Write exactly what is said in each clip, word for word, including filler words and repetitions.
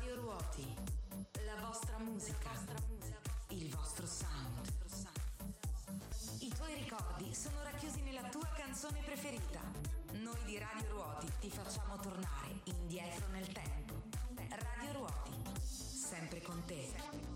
Radio Ruoti, la vostra musica, il vostro sound. I tuoi ricordi sono racchiusi nella tua canzone preferita. Noi di Radio Ruoti ti facciamo tornare indietro nel tempo. Radio Ruoti, sempre con te.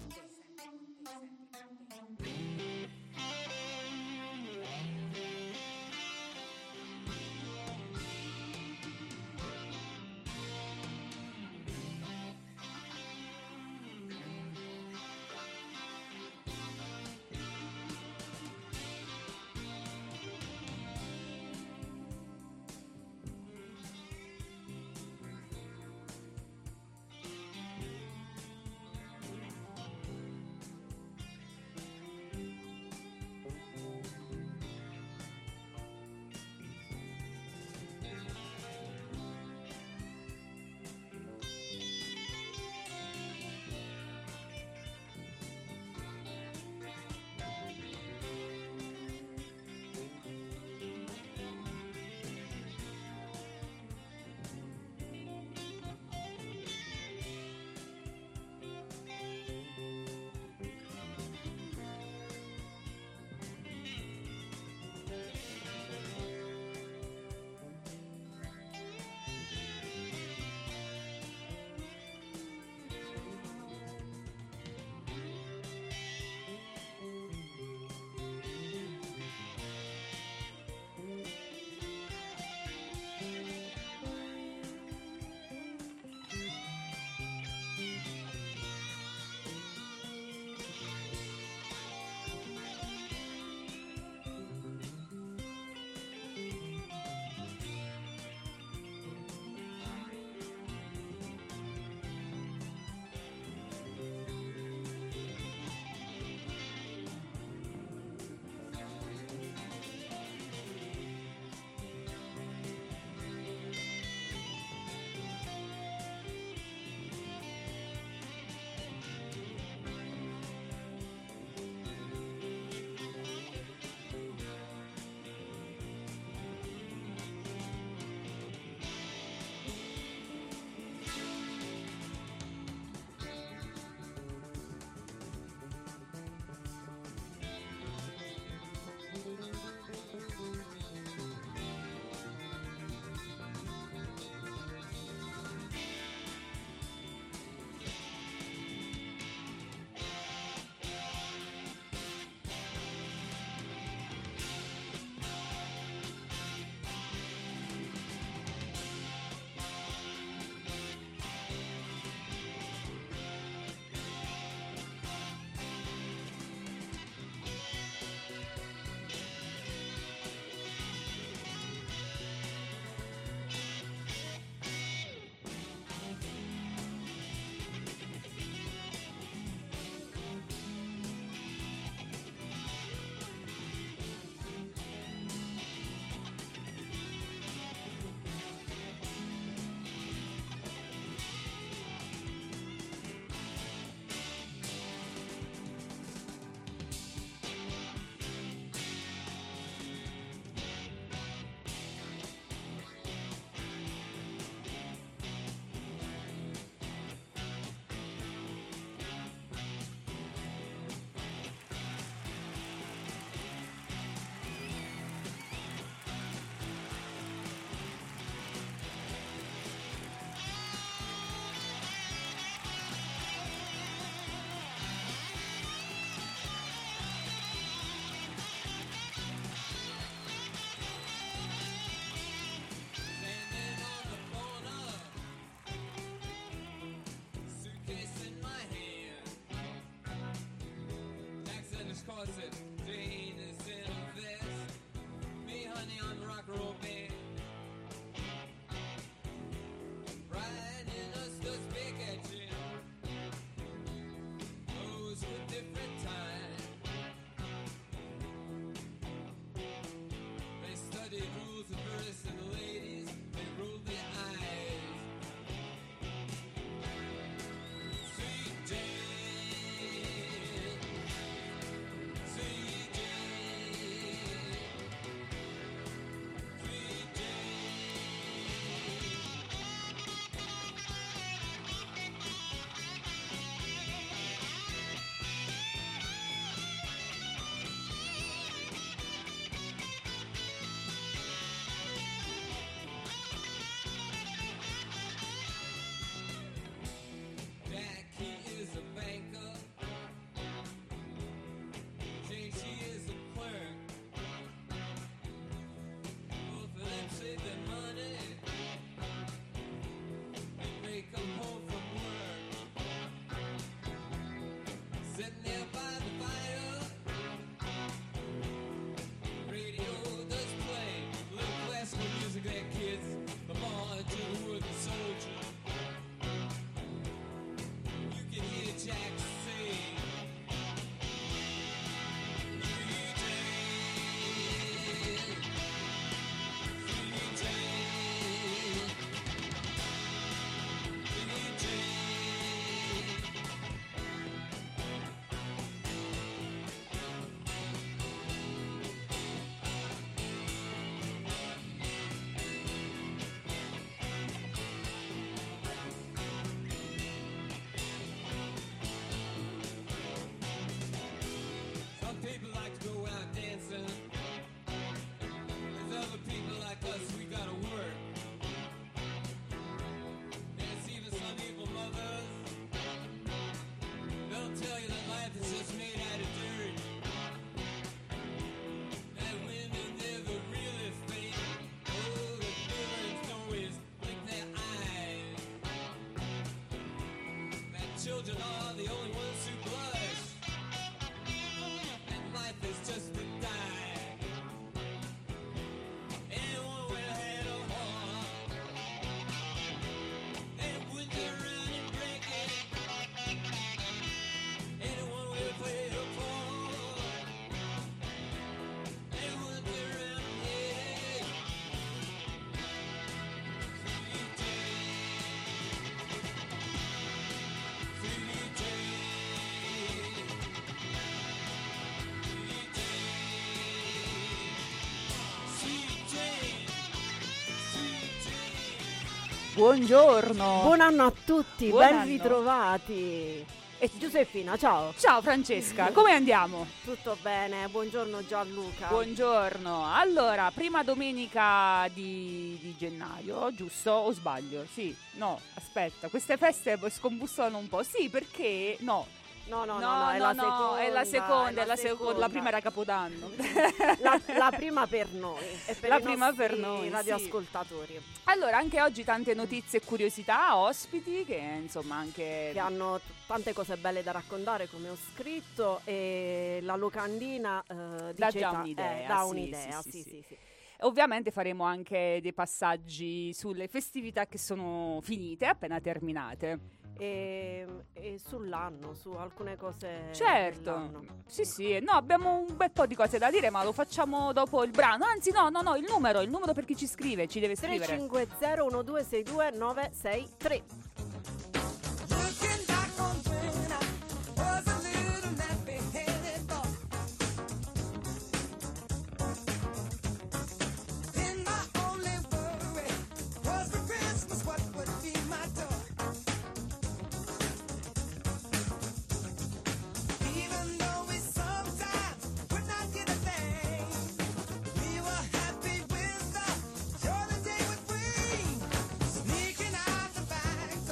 See go out dancing. There's other people like us, we gotta work. There's even some evil mothers. They'll tell you that life is just made out of dirt. That women, they're the realest thing. Oh, the villains always blink their eyes. That children are the only ones who blush. And life is just a die. Anyone with a head of heart, they wouldn't get around and break it. Anyone will play a part, they wouldn't get around and hit it. Buongiorno. Buon anno a tutti, Buon ben anno. ritrovati. E Giuseppina, ciao. Ciao Francesca, come andiamo? Tutto bene, buongiorno Gianluca. Buongiorno. Allora, prima domenica di, di gennaio, giusto? O sbaglio? Sì, no, aspetta, queste feste scombussolano un po'. Sì, perché no. No, no, no, no, è, la seconda, è la seconda, è la seconda. La prima era Capodanno. La, la prima per noi e per La i prima nostri per noi, radioascoltatori, sì. Allora, anche oggi tante notizie e curiosità, ospiti che insomma anche che hanno t- tante cose belle da raccontare, come ho scritto, e la locandina eh, dà dice già ta- un'idea, eh, dà sì, un'idea, sì, sì, sì, sì, sì. Ovviamente faremo anche dei passaggi sulle festività che sono finite, appena terminate. E, e sull'anno, su alcune cose Certo, dell'anno. sì sì, no, abbiamo un bel po' di cose da dire, ma lo facciamo dopo il brano. Anzi no, no, no, il numero, il numero per chi ci scrive, ci deve tre scrivere. cinque zero uno due sei due nove sei tre. Looking back on when I was a little nappy-headed boy. Then my only worry was for Christmas what would be my toy. Even though we sometimes would not get a thing, we were happy with the joy the day would bring. Sneaking out the back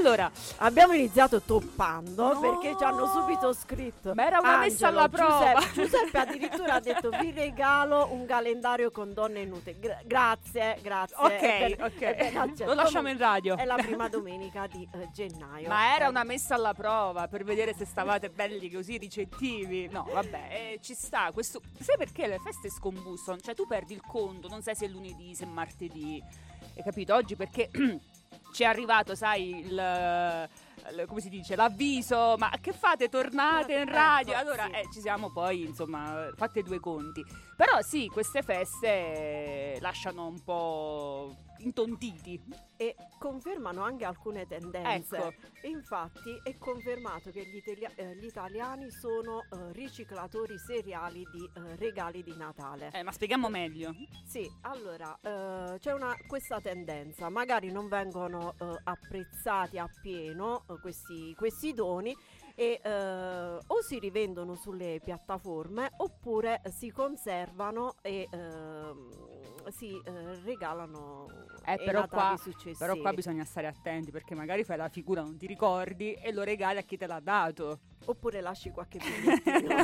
Allora, abbiamo iniziato toppando No! perché ci hanno subito scritto. Ma era una messa alla prova. Giuseppe, Giuseppe addirittura ha detto: vi regalo un calendario con donne nude. Gra- grazie, grazie. ok, È ben- ok. è ben accetto. Lo lasciamo in radio. È la prima domenica di eh, gennaio. Ma era Eh, una messa alla prova per vedere se stavate belli così ricettivi. No, vabbè, eh, ci sta. Questo... Sai perché le feste scombussano? Cioè, tu perdi il conto, non sai se è lunedì, se è martedì. Hai capito? Oggi perché ci è arrivato, sai, il, il- come si dice, l'avviso. Ma che fate? Tornate in Ecco, radio? Allora, sì. eh, ci siamo poi, insomma, fatte due conti. Però sì, queste feste eh, lasciano un po' intontiti. E confermano anche alcune tendenze. Ecco. Infatti è confermato che gli, italia- eh, gli italiani sono eh, riciclatori seriali di eh, regali di Natale. Eh, ma spieghiamo meglio. Sì, allora eh, c'è una, questa tendenza, magari non vengono eh, apprezzati appieno eh, questi, questi doni e eh, o si rivendono sulle piattaforme oppure si conservano e ehm, si eh, regalano Eh, ai però Natali qua, successivi. però qua bisogna stare attenti perché magari fai la figura, non ti ricordi e lo regali a chi te l'ha dato. Oppure lasci qualche bigliettino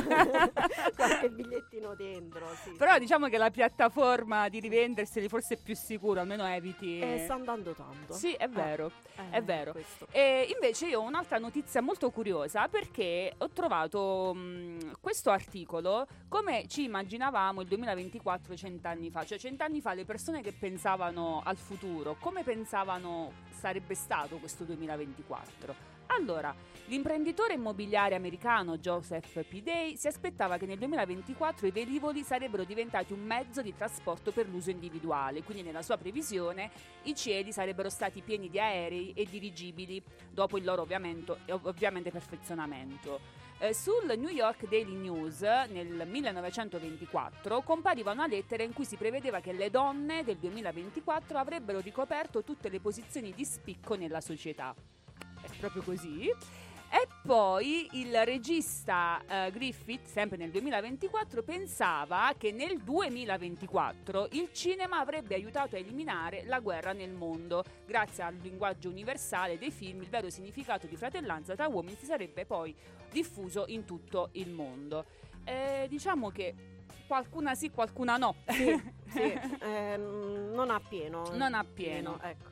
qualche bigliettino dentro, sì. Però diciamo che la piattaforma di rivenderseli forse è più sicura, almeno eviti. Eh, sta andando tanto. Sì, è vero, Eh, è vero. questo. E invece io ho un'altra notizia molto curiosa perché ho trovato mh, questo articolo come ci immaginavamo il duemilaventiquattro cent'anni fa, cioè cent'anni fa le persone che pensavano al futuro, come pensavano sarebbe stato questo duemilaventiquattro. Allora, l'imprenditore immobiliare americano Joseph P. Day si aspettava che nel duemilaventiquattro i velivoli sarebbero diventati un mezzo di trasporto per l'uso individuale, quindi nella sua previsione i cieli sarebbero stati pieni di aerei e dirigibili dopo il loro ovviamente, ovviamente perfezionamento. Eh, sul New York Daily News nel millenovecentoventiquattro compariva una lettera in cui si prevedeva che le donne del duemilaventiquattro avrebbero ricoperto tutte le posizioni di spicco nella società. È proprio così. E poi il regista eh, Griffith, sempre nel duemilaventiquattro, pensava che nel duemilaventiquattro il cinema avrebbe aiutato a eliminare la guerra nel mondo. Grazie al linguaggio universale dei film, il vero significato di fratellanza tra uomini si sarebbe poi diffuso in tutto il mondo. Eh, diciamo che qualcuna sì, qualcuna no. Sì, sì, ehm, non a pieno. Non a pieno. Ecco.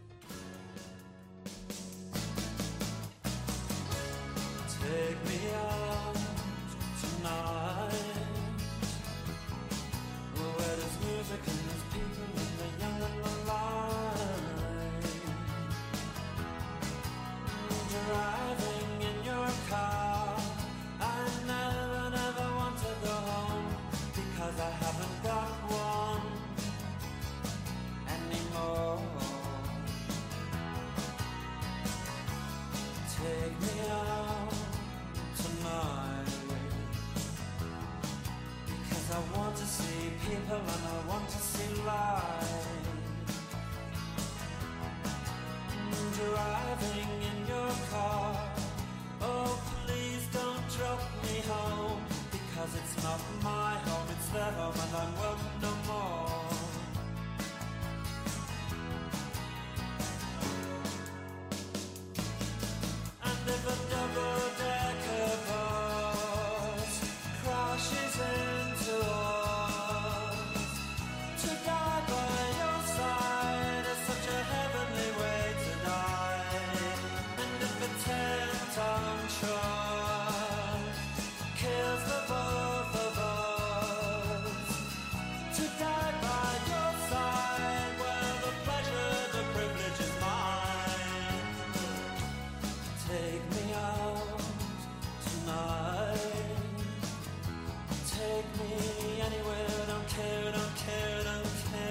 Take me out tonight, where there's music and there's people and the young and the light. Driving in your car, I never, never want to go home because I haven't got one anymore. Take me out tonight, because I want to see people and I want to see life. Driving in your car, oh please don't drop me home, because it's not my home, it's their home and I'm welcome no more. And if a double-decker bus crashes into us, to die by your side is such a heavenly way to die. And if a ten-ton truck kills the both of us, to die by your side, well the pleasure, the privilege is mine. Take me out tonight. Take me anywhere, don't care, don't care, don't care.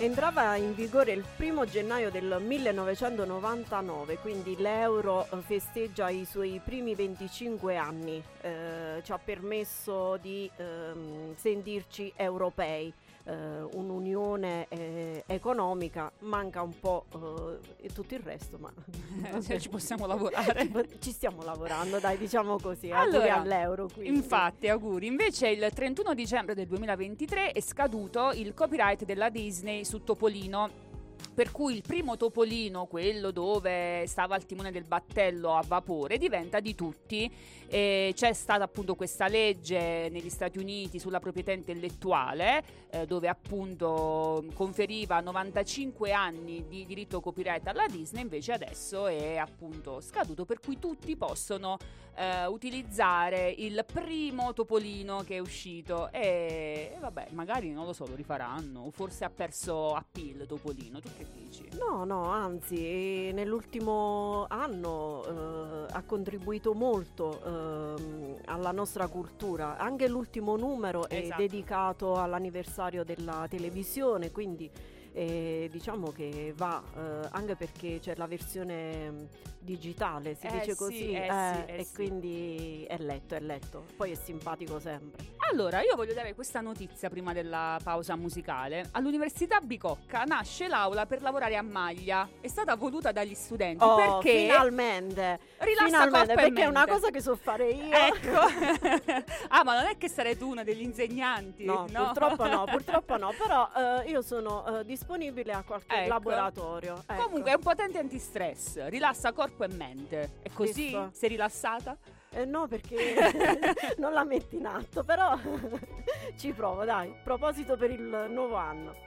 Entrava in vigore il primo gennaio del millenovecentonovantanove, quindi l'euro eh, festeggia i suoi primi venticinque anni, eh, ci ha permesso di ehm, sentirci europei. Uh, un'unione eh, economica, manca un po' uh, e tutto il resto, ma cioè, ci possiamo lavorare. Ci stiamo lavorando, dai, diciamo così. Allora, auguri all'euro. Quindi. Infatti, auguri. Invece il trentuno dicembre del duemilaventitré è scaduto il copyright della Disney su Topolino, per cui il primo Topolino, quello dove stava al timone del battello a vapore, diventa di tutti. E c'è stata appunto questa legge negli Stati Uniti sulla proprietà intellettuale, eh, dove appunto conferiva novantacinque anni di diritto copyright alla Disney, invece adesso è appunto scaduto, per cui tutti possono eh, utilizzare il primo Topolino che è uscito e, e vabbè, magari non lo so, lo rifaranno, o forse ha perso appeal Topolino. Tu che dici? No, no, anzi, nell'ultimo anno eh, ha contribuito molto eh, alla nostra cultura. Anche l'ultimo numero Esatto. è dedicato all'anniversario della televisione, quindi eh, diciamo che va eh, anche perché c'è la versione mh, digitale, si Eh dice sì, così, eh eh, sì, eh e sì. quindi è letto, è letto. Poi è simpatico sempre. Allora, io voglio dare questa notizia prima della pausa musicale. All'Università Bicocca nasce l'aula per lavorare a maglia. È stata voluta dagli studenti Oh, perché finalmente, rilassa finalmente, corpo e perché è una mente. cosa che so fare io. Ecco. Ah, ma non è che sarai tu una degli insegnanti? No, purtroppo no, purtroppo no, però eh, io sono eh, disponibile a qualche Ecco. laboratorio. Ecco. Comunque è un potente antistress, rilassa corpo e mente. È così? Visto? Sei rilassata? Eh, no, perché non la metti in atto, però ci provo, dai. Proposito per il nuovo anno.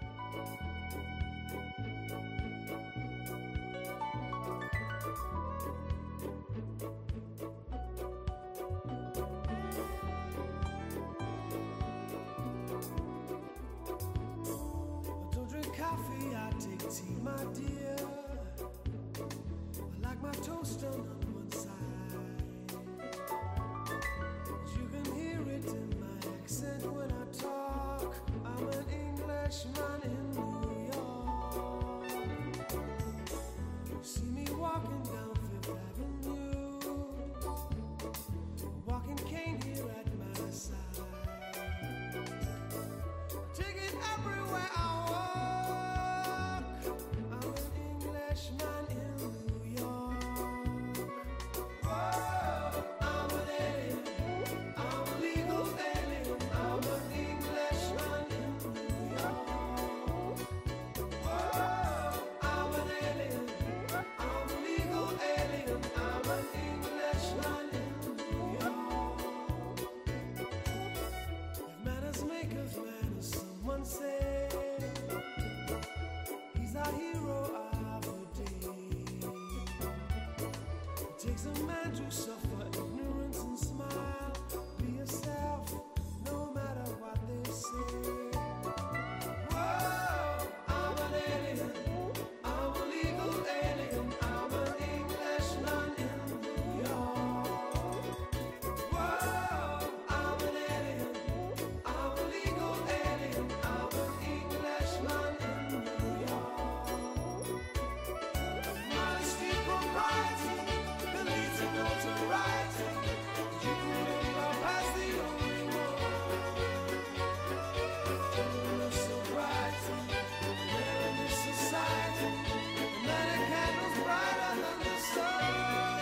Don't drink coffee, I take tea, my dear. I like my toast on one side. You can hear it in my accent when I talk. I'm an Englishman in New York. You see me walking down Fifth Avenue, walking cane here at my side. Take it everywhere I walk. I'm an Englishman in New York. Whoa, I'm an alien. I'm a legal alien. I'm an Englishman in New York. Whoa, I'm an alien. I'm a legal alien. I'm an Englishman in New York. If manners make us manners, someone say he's a hero of the day. It takes a man to suffer ignorance and smile. Be yourself, no matter what they say. Whoa, I'm an alien. I'm a legal alien. I'm an Englishman in New York. Whoa, I'm an alien. I'm a legal alien. I'm an Englishman in New York. Modesty, propriety, the leads to notoriety. You can live love as the only one. Gentleness, sobriety, rare in this society. The night a candle's brighter than the sun.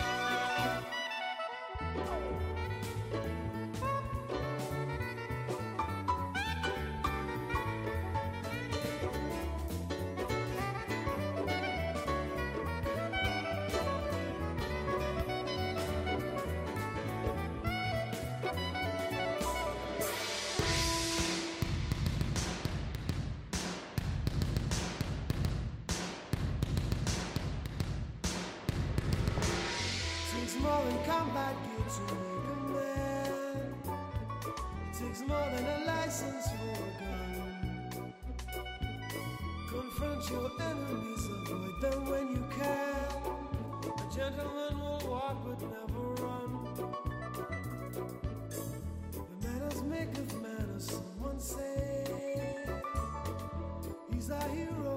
Takes more than combat gear to make a man. Takes more than a license for a gun. Confront your enemies, avoid them when you can. A gentleman will walk but never run. The manners make of manners, someone say. He's a hero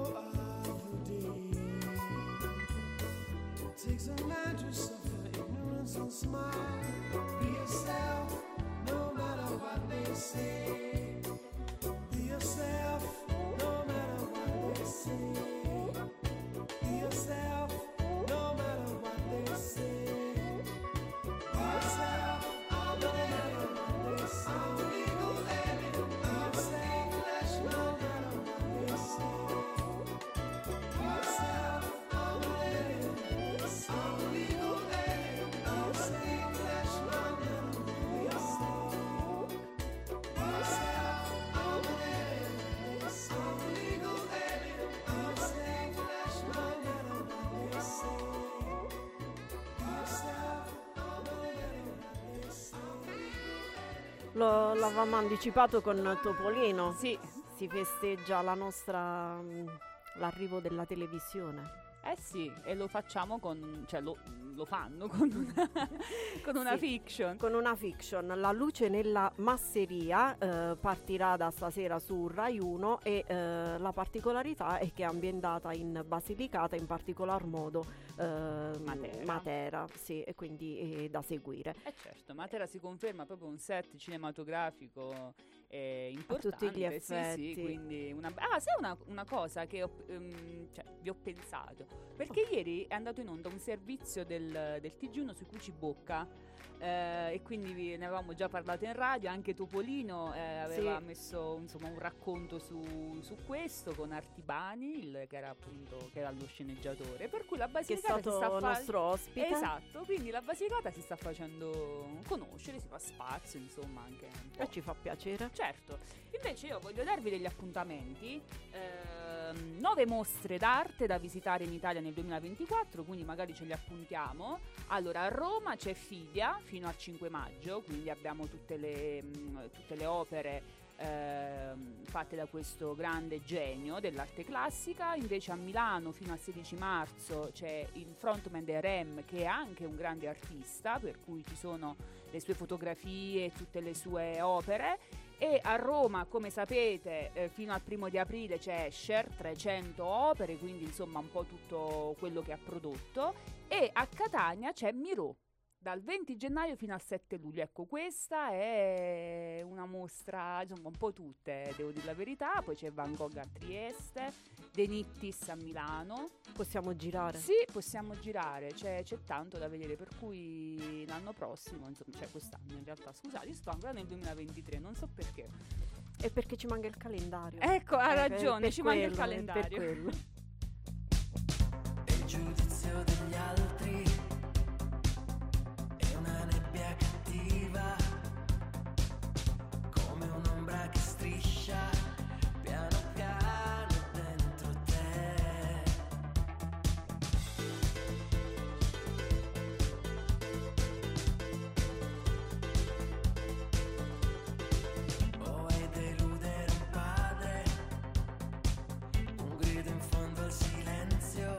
smile. Be yourself, no matter what they say. Be yourself, no matter what they say. Be yourself, no matter what they say. Be yourself, no matter what they say. I'm a legal alien, I'm a English, no matter what they say. Be yourself, I'm an alien, I'm a legal alien, I'm a English, no matter what they say. Be yourself, I'm an alien, I'm a legal alien, I'm a English, no matter what they say. Be yourself, I'm an alien, Lo, l'avevamo anticipato con Topolino. Sì. Si festeggia la nostra mm, l'arrivo della televisione. Eh sì, e lo facciamo con, cioè lo, lo fanno con una, con una Sì. fiction. Con una fiction, La luce nella masseria, eh, partirà da stasera su Rai uno e eh, la particolarità è che è ambientata in Basilicata, in particolar modo eh, Matera. Matera, sì, e quindi è da seguire. Eh certo, Matera si conferma proprio un set cinematografico eh, importante. tutti gli Sì, sì, effetti. quindi una... Ah, sai una, una cosa che ho, ehm, cioè, vi ho pensato? Perché ieri è andato in onda un servizio del, del T G uno sui Cucibocca eh, e quindi vi- ne avevamo già parlato in radio, anche Topolino eh, aveva Sì. messo insomma un racconto su, su questo con Artibani, il, che era appunto che era lo sceneggiatore, per cui la Che è Basilicata si stato sta fa- nostro ospite. Esatto, quindi la Basilicata si sta facendo conoscere, si fa spazio, insomma, anche un po'. E ci fa piacere. Certo, invece io voglio darvi degli appuntamenti, ehm, nove mostre d'arte da visitare in Italia nel duemilaventiquattro, quindi magari ce li appuntiamo. Allora, a Roma c'è Fidia fino al cinque maggio, quindi abbiamo tutte le, mh, tutte le opere ehm, fatte da questo grande genio dell'arte classica. Invece a Milano fino al sedici marzo c'è il frontman dei Rem, che è anche un grande artista, per cui ci sono le sue fotografie e tutte le sue opere. E a Roma, come sapete, eh, fino al primo di aprile c'è Escher, trecento opere, quindi insomma un po' tutto quello che ha prodotto. E a Catania c'è Miró, dal venti gennaio fino al sette luglio. Ecco, questa è una mostra, insomma un po' tutte, devo dire la verità. Poi c'è Van Gogh a Trieste, De Nittis a Milano. Possiamo girare. Sì, possiamo girare, c'è, c'è tanto da vedere, per cui l'anno prossimo, insomma, cioè quest'anno in realtà, scusate, io sto ancora nel duemilaventitré, non so perché. E perché ci manca il calendario. Ecco, ha Eh, per- ragione, per ci manca il quello, è per calendario. quello. E il giudizio degli altri è una nebbia cattiva, come un'ombra che striscia piano piano dentro te. Vuoi deludere un padre, un grido in fondo al silenzio,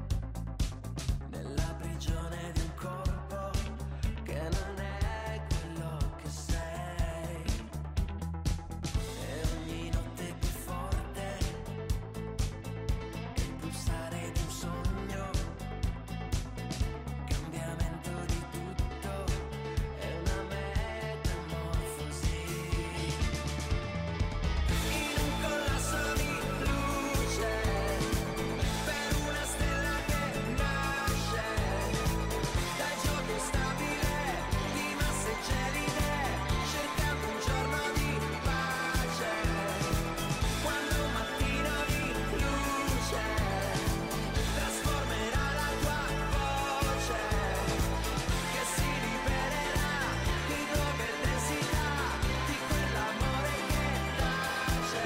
nella prigione di un corpo che non è quello che sei. E ogni notte è più forte il pulsare di un sogno, cambiamento di tutto, è una metamorfosi. In un collasso di luce, per una stella che nasce dal gioco stabile di masse gelide, cercando un giorno di pace. Quando un mattino di luce trasformerà la tua voce, che si libererà di dove densità di quell'amore che tace.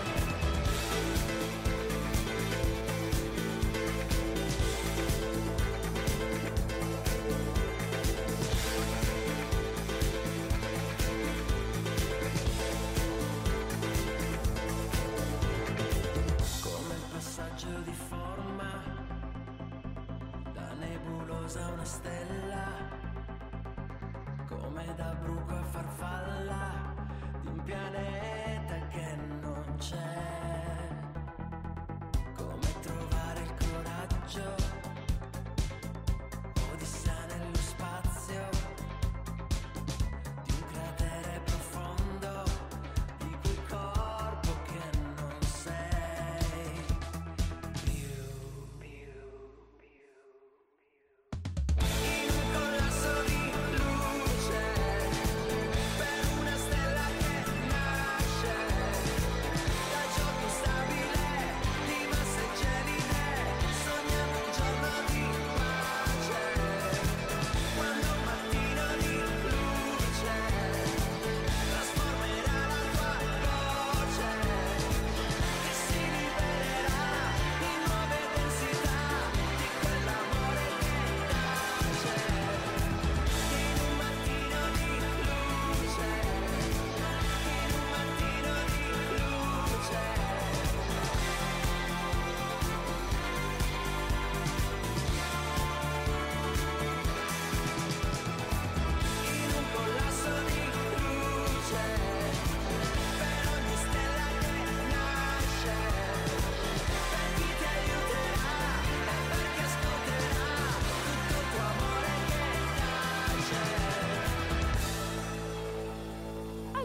Come il passaggio di forma da nebulosa a una stella, come da bruco a farfalla di un pianeta che non c'è. Come trovare il coraggio, odissea nello spazio,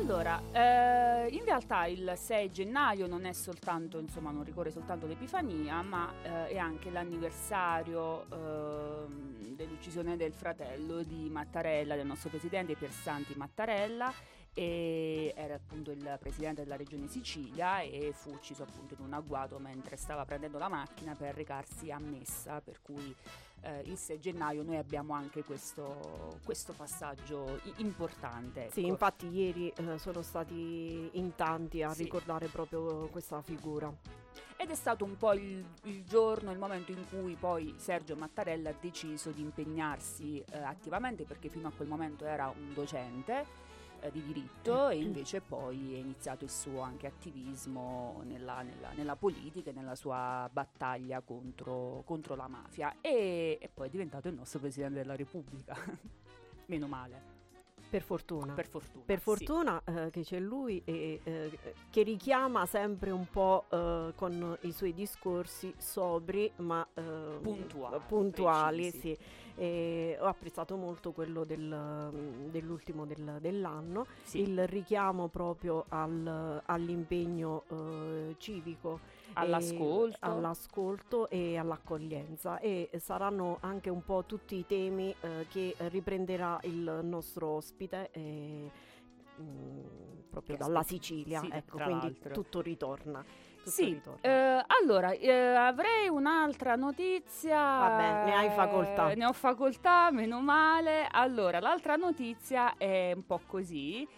Allora, eh, in realtà il sei gennaio non è soltanto, insomma, non ricorre soltanto l'Epifania, ma eh, è anche l'anniversario ehm, dell'uccisione del fratello di Mattarella, del nostro presidente Piersanti Mattarella, e era appunto il presidente della regione Sicilia e fu ucciso appunto in un agguato mentre stava prendendo la macchina per recarsi a messa, per cui eh, il sei gennaio noi abbiamo anche questo, questo passaggio i- importante. Sì, ecco. infatti ieri eh, sono stati in tanti a Sì. ricordare proprio questa figura. Ed è stato un po' il, il giorno, il momento in cui poi Sergio Mattarella ha deciso di impegnarsi eh, attivamente, perché fino a quel momento era un docente eh, di diritto e invece poi è iniziato il suo anche attivismo nella, nella- nella politica e nella sua battaglia contro, contro la mafia, e, e poi è diventato il nostro Presidente della Repubblica. Meno male, Per fortuna. per fortuna. Per sì. fortuna eh, che c'è lui e, eh, che richiama sempre un po' eh, con i suoi discorsi sobri ma eh, Puntuali, puntuali, precisi. sì. E ho apprezzato molto quello del, dell'ultimo del- dell'anno, Sì. il richiamo proprio al- all'impegno eh, civico, All'ascolto. e, all'ascolto e all'accoglienza, e saranno anche un po' tutti i temi eh, che riprenderà il nostro ospite eh, mm, proprio Che dalla aspe- Sicilia, sì, ecco, tra quindi l'altro. tutto ritorna. tutto Sì, ritorna. eh, allora eh, avrei un'altra notizia. Vabbè, ne hai facoltà. Eh, Ne ho facoltà, meno male. Allora, l'altra notizia è un po' così.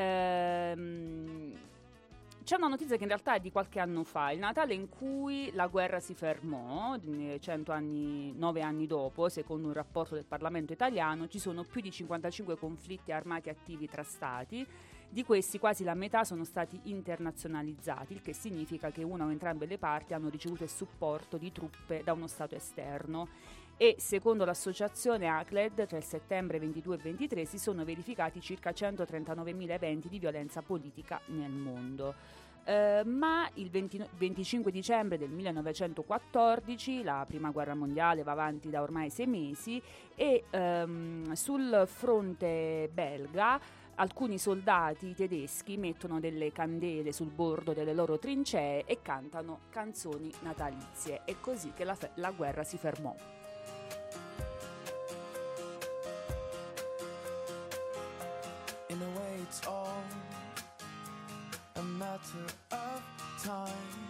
Ehm, c'è una notizia che in realtà è di qualche anno fa, il Natale in cui la guerra si fermò, eh, cento anni, nove anni dopo, secondo un rapporto del Parlamento italiano, ci sono più di cinquantacinque conflitti armati attivi tra stati. Di questi quasi la metà sono stati internazionalizzati, il che significa che una o entrambe le parti hanno ricevuto il supporto di truppe da uno stato esterno, e secondo l'associazione A C L E D tra il settembre ventidue e ventitré si sono verificati circa centotrentanovemila eventi di violenza politica nel mondo. Eh, ma il venti venticinque dicembre del millenovecentoquattordici la prima guerra mondiale va avanti da ormai sei mesi e ehm, sul fronte belga alcuni soldati tedeschi mettono delle candele sul bordo delle loro trincee e cantano canzoni natalizie. È così che la, fe- la guerra si fermò. In a way it's all a matter of time.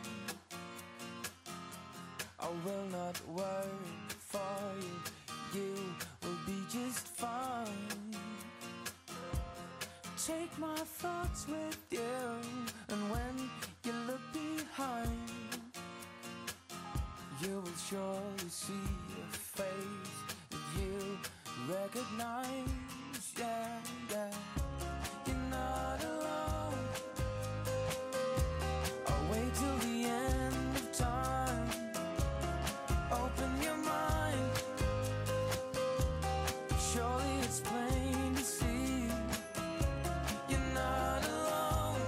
I will not worry for you, you will be just fine. Take my thoughts with you, and when you look behind, you will surely see a face that you recognize. Yeah, yeah. You're not alone. I'll wait till the end of time. Open your mind. Surely it's plain to see. You're not alone.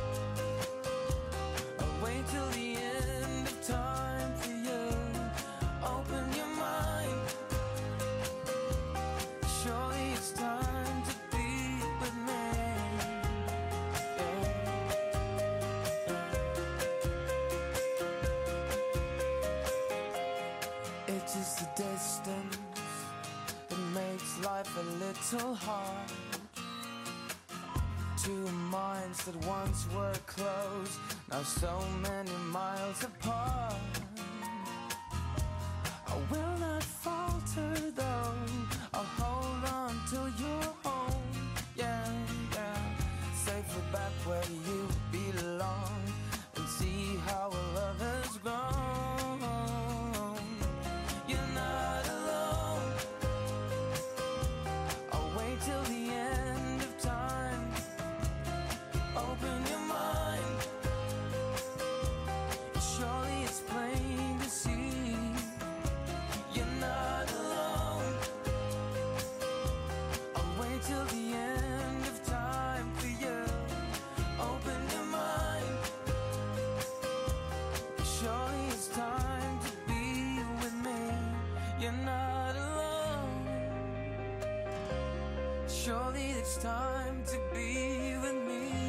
I'll wait till the end of time for you. Open your mind. Surely it's time to be with me. It is the distance that makes life a little hard. Two minds that once were close, now so many miles apart. I will not falter though, I'll hold on till you're home. Yeah, yeah, safely back where you belong, and see how our love has grown. You're not alone. I'll wait till the end of time. Open your mind. Surely it's plain to see. You're not alone. I'll wait till the end of time for you. Open your mind. Surely it's time to be with me. You're not alone. Surely it's time to be with me.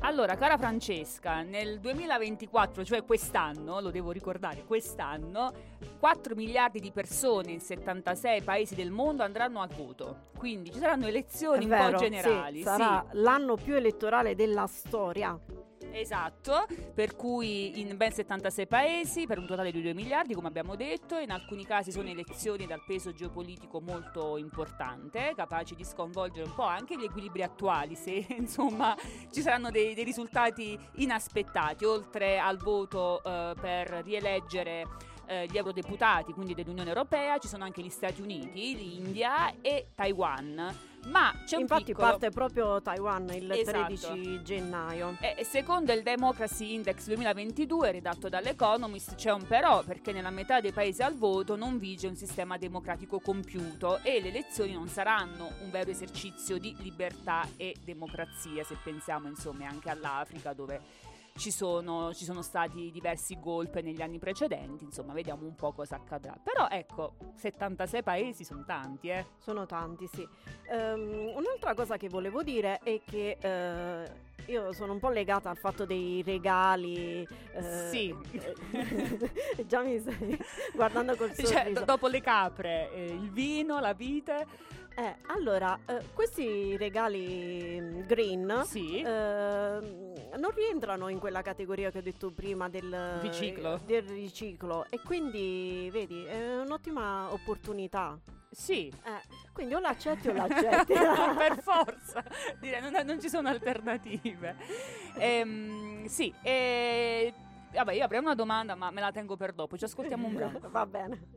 Allora, cara Francesca, nel duemilaventiquattro, cioè quest'anno, lo devo ricordare, quest'anno, quattro miliardi di persone in settantasei paesi del mondo andranno al voto. Quindi ci saranno elezioni È un vero, po' generali. sì, sarà sì. l'anno più elettorale della storia. Esatto, per cui in ben settantasei paesi per un totale di due miliardi, come abbiamo detto. In alcuni casi sono elezioni dal peso geopolitico molto importante, capaci di sconvolgere un po' anche gli equilibri attuali, se insomma ci saranno dei, dei risultati inaspettati, oltre al voto eh, per rieleggere eh, gli eurodeputati, quindi dell'Unione Europea. Ci sono anche gli Stati Uniti, l'India e Taiwan. Ma c'è un Infatti piccolo... parte proprio Taiwan il Esatto. tredici gennaio. E secondo il Democracy Index duemilaventidue redatto dall'Economist c'è un però, perché nella metà dei paesi al voto non vige un sistema democratico compiuto e le elezioni non saranno un vero esercizio di libertà e democrazia, se pensiamo insomma anche all'Africa, dove ci sono, ci sono stati diversi golpe negli anni precedenti. Insomma, vediamo un po' cosa accadrà. Però ecco, settantasei paesi sono tanti, eh. Sono tanti, sì. Ehm, un'altra cosa che volevo dire è che eh, io sono un po' legata al fatto dei regali. eh, Sì. eh, già mi stai guardando col sorriso. Cioè, do- dopo le capre, eh, il vino, la vite. Eh, allora, eh, questi regali mm, green Sì. ehm, non rientrano in quella categoria che ho detto prima del Riciclo. del riciclo, e quindi vedi, è un'ottima opportunità. Sì. Eh, quindi o l'accetti o l'accetti. Per forza, direi, non, non ci sono alternative. Ehm, sì, e... vabbè, io avrei una domanda, ma me la tengo per dopo. Ci ascoltiamo un brano. Va bene.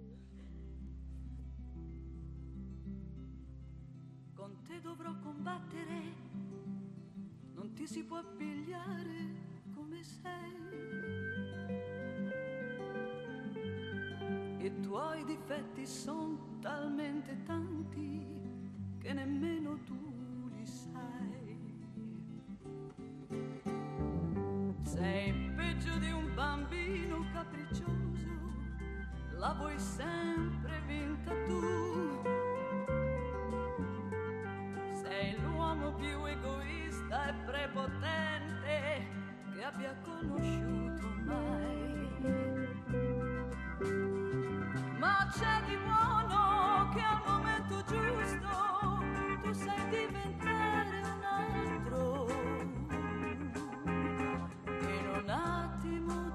Con te dovrò combattere, non ti si può pigliare come sei. I tuoi difetti sono talmente tanti che nemmeno tu li sai. Sei peggio di un bambino capriccioso, la vuoi sempre vinta tu. Sei l'uomo più egoista e prepotente che abbia conosciuto mai. Ma c'è di buono che al momento giusto tu sai diventare un altro. In un attimo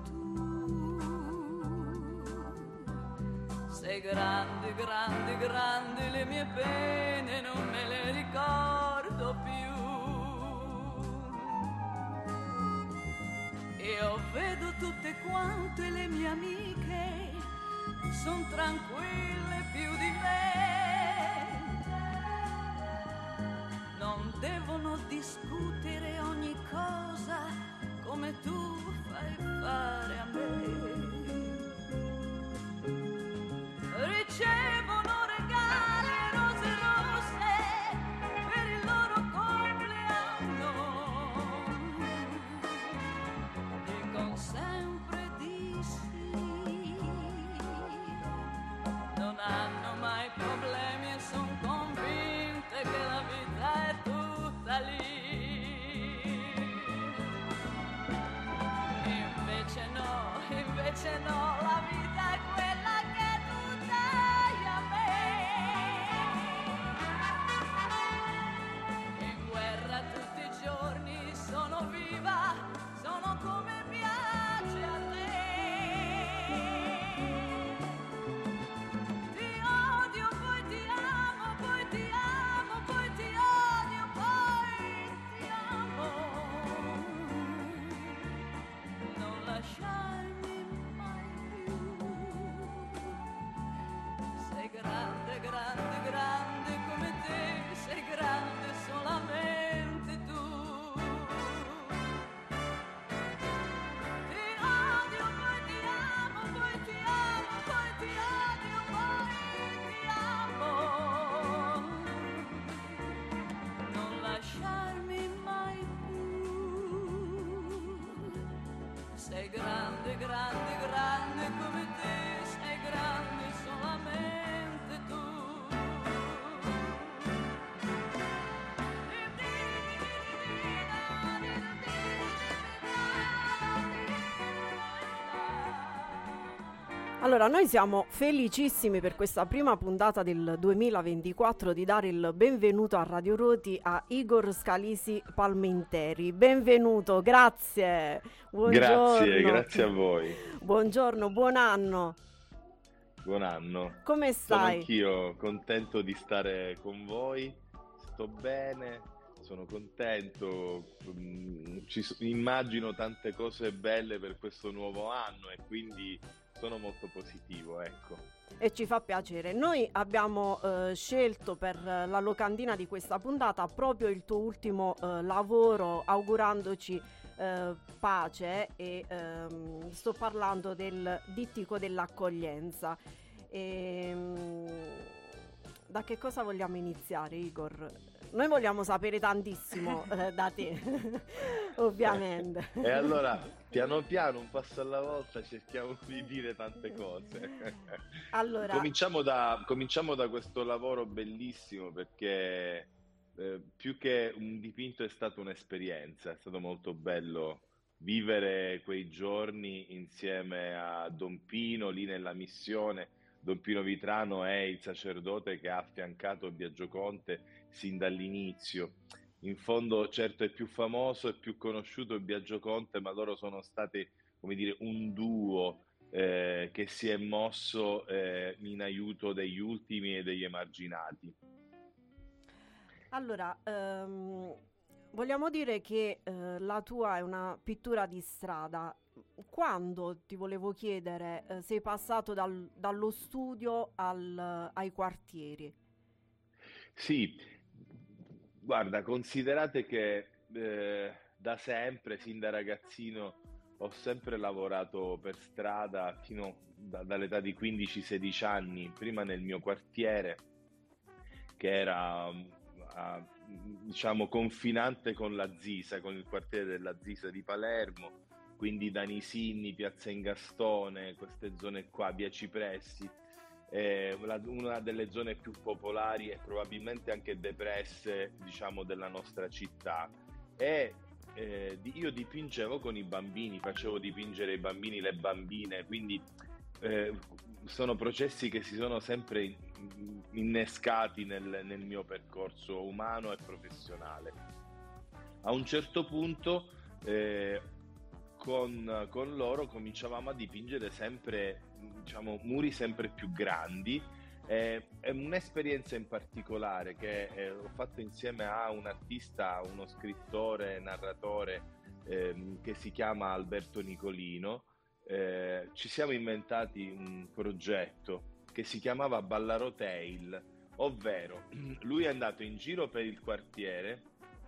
tu sei grande, grande, grande, le mie pene non me le ricordo più. Io vedo tutte quante le mie amiche, son tranquille più di me. Non devono discutere ogni cosa come tu fai fare a me. Ricevono regali e rose rosse per il loro compleanno. Dicono sempre di sì, non hanno mai problemi e son convinte che la vita è tutta lì. Invece no, invece no, la vita è quella che tu dai a me. In guerra tutti i giorni sono viva, sono come piace a te. Ti odio, poi ti amo, poi ti amo, poi ti odio, poi ti amo. Non lasciarmi mai più. Sei grande, grande, grande come te, sei grande solamente tu. Ti odio, poi ti amo, poi ti amo, poi ti odio, poi ti amo. Non lasciarmi mai più. Sei grande, grande, grande come te, sei grande solamente tu. Allora, noi siamo felicissimi per questa prima puntata del duemilaventiquattro di dare il benvenuto a Radio Ruoti a Igor Scalisi Palmenteri. Benvenuto, grazie. Buongiorno. Grazie, grazie a voi. Buongiorno, buon anno. Buon anno. Come Sono stai? anch'io contento di stare con voi, sto bene, sono contento, mm, ci so- immagino tante cose belle per questo nuovo anno e quindi sono molto positivo, ecco. E ci fa piacere. Noi abbiamo eh, scelto per eh, la locandina di questa puntata proprio il tuo ultimo eh, lavoro, augurandoci eh, pace e ehm, sto parlando del dittico dell'accoglienza. Ehm, da che cosa vogliamo iniziare, Igor? Noi vogliamo sapere tantissimo eh, da te, ovviamente. E allora, piano piano, un passo alla volta, cerchiamo di dire tante cose. Allora, Cominciamo da, cominciamo da questo lavoro bellissimo perché eh, più che un dipinto è stata un'esperienza, è stato molto bello vivere quei giorni insieme a Don Pino lì nella missione. Don Pino Vitrano è il sacerdote che ha affiancato Biagio Conte sin dall'inizio. In fondo, certo, è più famoso e più conosciuto Biagio Conte, ma loro sono stati, come dire, un duo eh, che si è mosso eh, in aiuto degli ultimi e degli emarginati. allora ehm, vogliamo dire che eh, la tua è una pittura di strada. Quando, ti volevo chiedere, eh, sei passato dal- dallo studio al- ai quartieri? Sì, guarda, considerate che eh, da sempre, sin da ragazzino, ho sempre lavorato per strada fino da- dall'età di quindici sedici anni, prima nel mio quartiere, che era mm, a- diciamo confinante con la Zisa, con il quartiere della Zisa di Palermo, quindi da Nisinni, Piazza Ingastone, queste zone qua, via Cipressi, eh, la- una delle zone più popolari e probabilmente anche depresse, diciamo, della nostra città. E eh, di- io dipingevo con i bambini, facevo dipingere i bambini, le bambine, quindi eh, sono processi che si sono sempre in- innescati nel, nel mio percorso umano e professionale. A un certo punto eh, con, con loro cominciavamo a dipingere sempre, diciamo, muri sempre più grandi. Eh, è un'esperienza in particolare che eh, ho fatto insieme a un artista, uno scrittore, narratore ehm, che si chiama Alberto Nicolino. Eh, ci siamo inventati un progetto che si chiamava Ballaro Tale, ovvero lui è andato in giro per il quartiere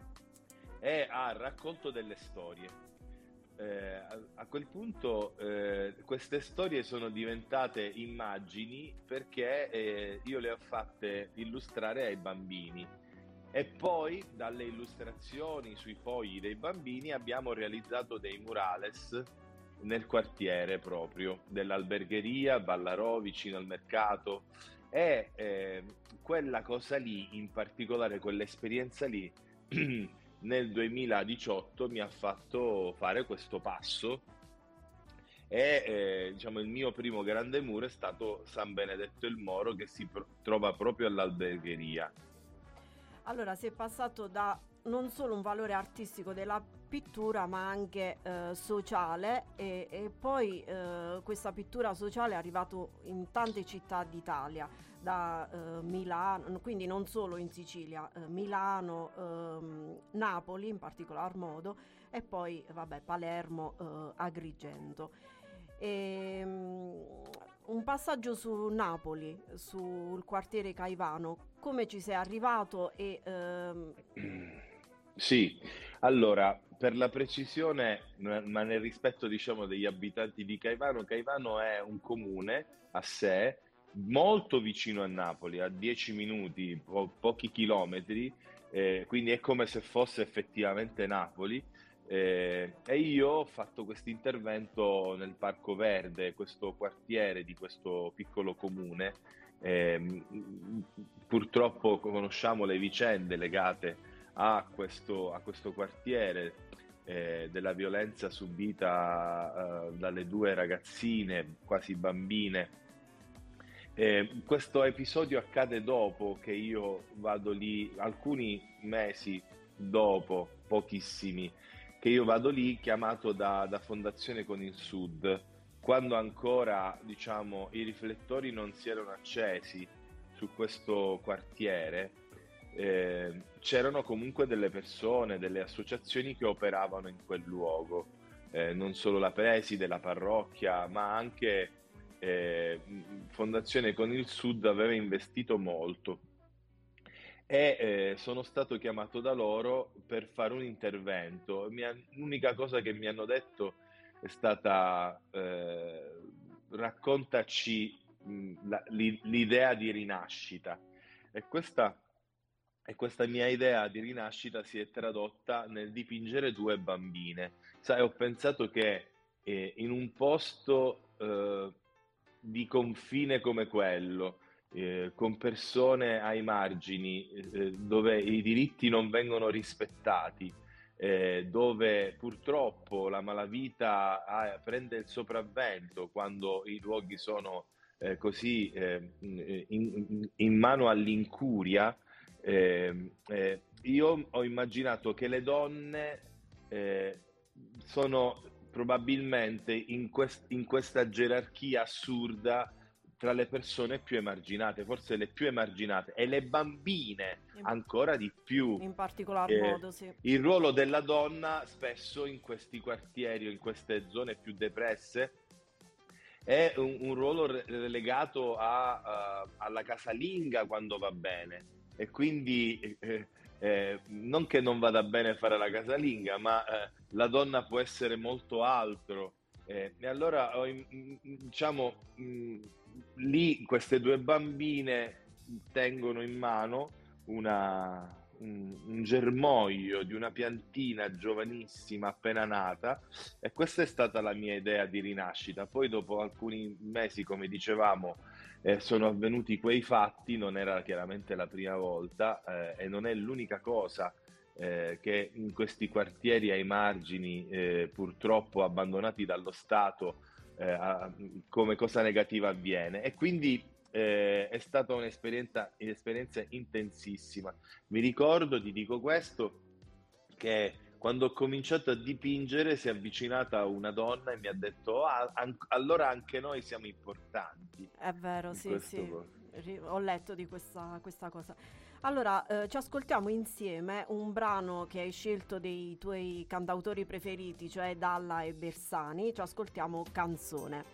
e ha raccolto delle storie. Eh, a, a quel punto eh, queste storie sono diventate immagini perché eh, io le ho fatte illustrare ai bambini e poi dalle illustrazioni sui fogli dei bambini abbiamo realizzato dei murales nel quartiere proprio dell'albergheria Ballarò vicino al mercato e eh, quella cosa lì, in particolare quell'esperienza lì nel duemiladiciotto mi ha fatto fare questo passo e eh, diciamo il mio primo grande muro è stato San Benedetto il Moro che si pro- trova proprio all'albergheria. Allora, sei passato da non solo un valore artistico della pittura, ma anche eh, sociale e, e poi eh, questa pittura sociale è arrivata in tante città d'Italia, da eh, Milano, quindi non solo in Sicilia, eh, Milano, ehm, Napoli in particolar modo e poi vabbè Palermo, eh, Agrigento. Ehm, un passaggio su Napoli, sul quartiere Caivano, come ci sei arrivato e ehm, Sì, allora, per la precisione, ma ma nel rispetto, diciamo, degli abitanti di Caivano, Caivano è un comune a sé, molto vicino a Napoli, a dieci minuti, po- pochi chilometri, eh, quindi è come se fosse effettivamente Napoli. Eh, e io ho fatto questo intervento nel Parco Verde, questo quartiere di questo piccolo comune. Ehm, Purtroppo conosciamo le vicende legate a questo, a questo quartiere. eh, della violenza subita eh, dalle due ragazzine, quasi bambine. Eh, questo episodio accade dopo che io vado lì, alcuni mesi dopo, pochissimi, che io vado lì chiamato da, da Fondazione Con il Sud, quando ancora, diciamo, i riflettori non si erano accesi su questo quartiere. Eh, c'erano comunque delle persone, delle associazioni che operavano in quel luogo, eh, non solo la preside, la parrocchia, ma anche eh, Fondazione Con il Sud aveva investito molto. E eh, sono stato chiamato da loro per fare un intervento. Mi ha- l'unica cosa che mi hanno detto è stata eh, raccontaci mh, la- l'i- l'idea di rinascita. E questa, e questa mia idea di rinascita si è tradotta nel dipingere due bambine. Sai, ho pensato che eh, in un posto eh, di confine come quello, eh, con persone ai margini, eh, dove i diritti non vengono rispettati, eh, dove purtroppo la malavita ha- prende il sopravvento quando i luoghi sono eh, così eh, in, in- in mano all'incuria. eh, eh, io ho immaginato che le donne eh, sono probabilmente in, quest- in questa gerarchia assurda tra le persone più emarginate, forse le più emarginate, e le bambine In, ancora di più. in particolar Eh, modo, sì. il ruolo della donna spesso in questi quartieri o in queste zone più depresse è un, un ruolo re- legato a- a- alla casalinga quando va bene, e quindi eh, eh, non che non vada bene fare la casalinga, ma eh, la donna può essere molto altro. Eh, e allora ho in- in- diciamo mh, lì queste due bambine tengono in mano una, un, un germoglio di una piantina giovanissima appena nata, e questa è stata la mia idea di rinascita. Poi dopo alcuni mesi, come dicevamo, eh, sono avvenuti quei fatti, non era chiaramente la prima volta eh, e non è l'unica cosa eh, che in questi quartieri ai margini, eh, purtroppo abbandonati dallo Stato, eh, a- come cosa negativa avviene. E quindi eh, è stata un'esperienza, un'esperienza intensissima. Mi ricordo, ti dico questo, che quando ho cominciato a dipingere si è avvicinata una donna e mi ha detto: "Ah, an- allora anche noi siamo importanti È vero, in sì, questo sì. co-". Ri- Ho letto di questa, questa cosa. Allora, eh, ci ascoltiamo insieme un brano che hai scelto dei tuoi cantautori preferiti, cioè Dalla e Bersani. Ci ascoltiamo Canzone.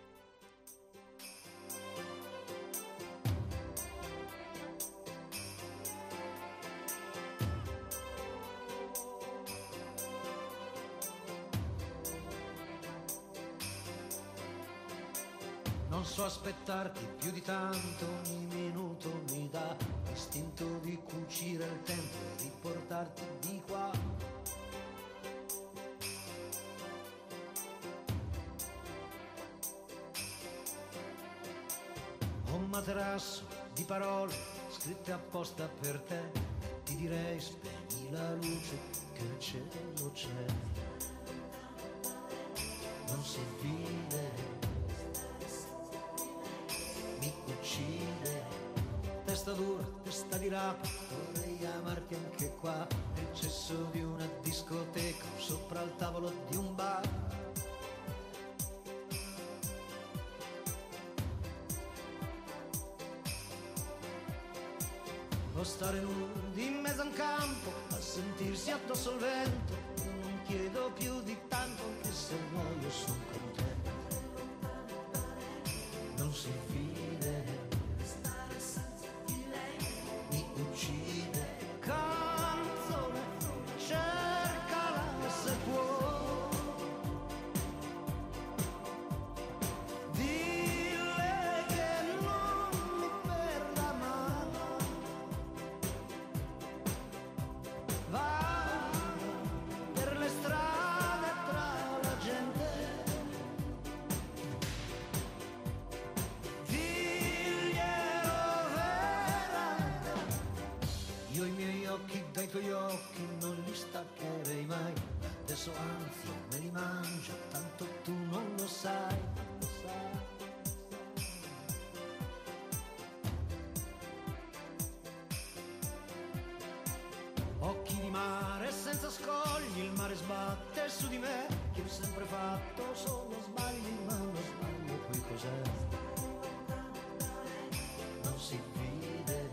Non so aspettarti più di tanto, ogni minuto mi dà l'istinto di cucire il tempo e riportarti di qua. Ho un materasso di parole scritte apposta per te, ti direi spegni la luce che il cielo c'è. Non si vede, mi uccide, testa dura, testa di rapa, vorrei amarti anche qua, nel cesso di una discoteca, sopra il tavolo di un bar. O stare nudi in mezzo a un campo, a sentirsi addosso al vento, io non chiedo più di tanto, anche se muoio son contento. Non si fide, mi uccide, canzone, cercala se può, dille che non mi perda mai, va per le strade tra la gente. Io i miei occhi dai tuoi occhi non li staccherei mai, adesso anzi mare senza scogli, il mare sbatte su di me, che ho sempre fatto solo sbagli, ma lo sbaglio poi cos'è? Non si vede,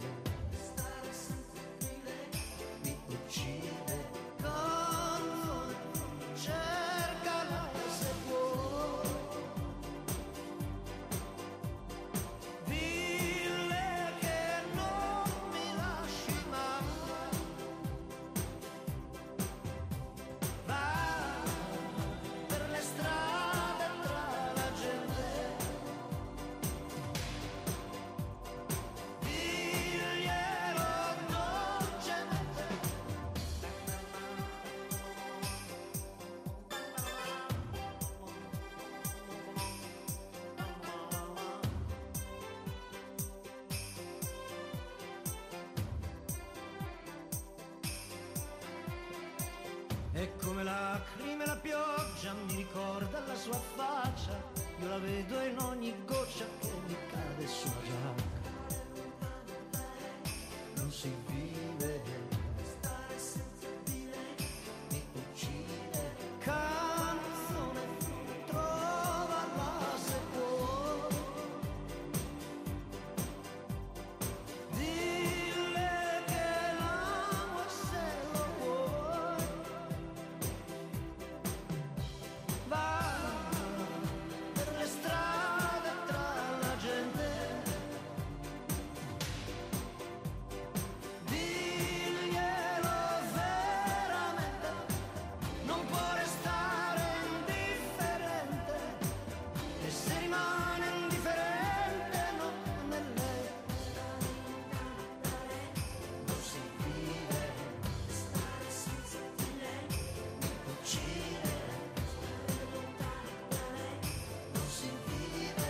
mi uccide, con cercala se puoi, dille che non mi lasci mai. Va per le strade tra la gente, diglielo dolcemente. E come lacrime la pioggia mi ricorda la sua faccia, io la vedo in ogni goccia che mi cade sulla giacca. Non si vive, mi uccide, canzone, trovala se puoi, dille che l'amo e se lo vuoi. Va per le strade tra la gente, diglielo veramente, non può restare indifferente, e se rimane indifferente non è lei. Non si vive, mi uccide. Non si vive,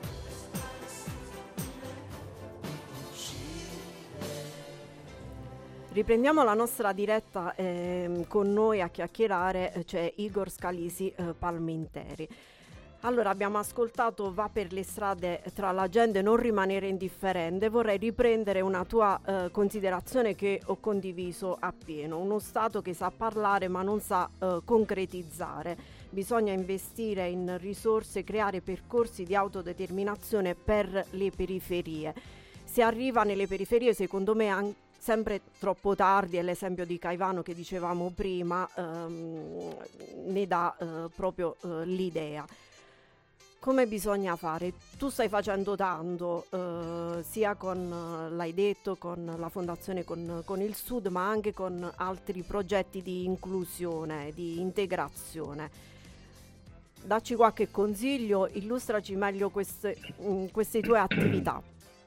mi uccide. Riprendiamo la nostra diretta, ehm, con noi a chiacchierare eh, c'è Igor Scalisi eh, Palminteri. Allora, abbiamo ascoltato Va per le strade tra la gente, non rimanere indifferente. Vorrei riprendere una tua eh, considerazione che ho condiviso appieno. Uno Stato che sa parlare ma non sa eh, concretizzare. Bisogna investire in risorse, creare percorsi di autodeterminazione per le periferie. Si arriva nelle periferie, secondo me, an- sempre troppo tardi, è l'esempio di Caivano che dicevamo prima, ehm, ne dà eh, proprio eh, l'idea. Come bisogna fare? Tu stai facendo tanto, eh, sia con, eh, l'hai detto, con la fondazione con, con il Sud, ma anche con altri progetti di inclusione, di integrazione. Dacci qualche consiglio, illustraci meglio queste, mh, queste tue attività.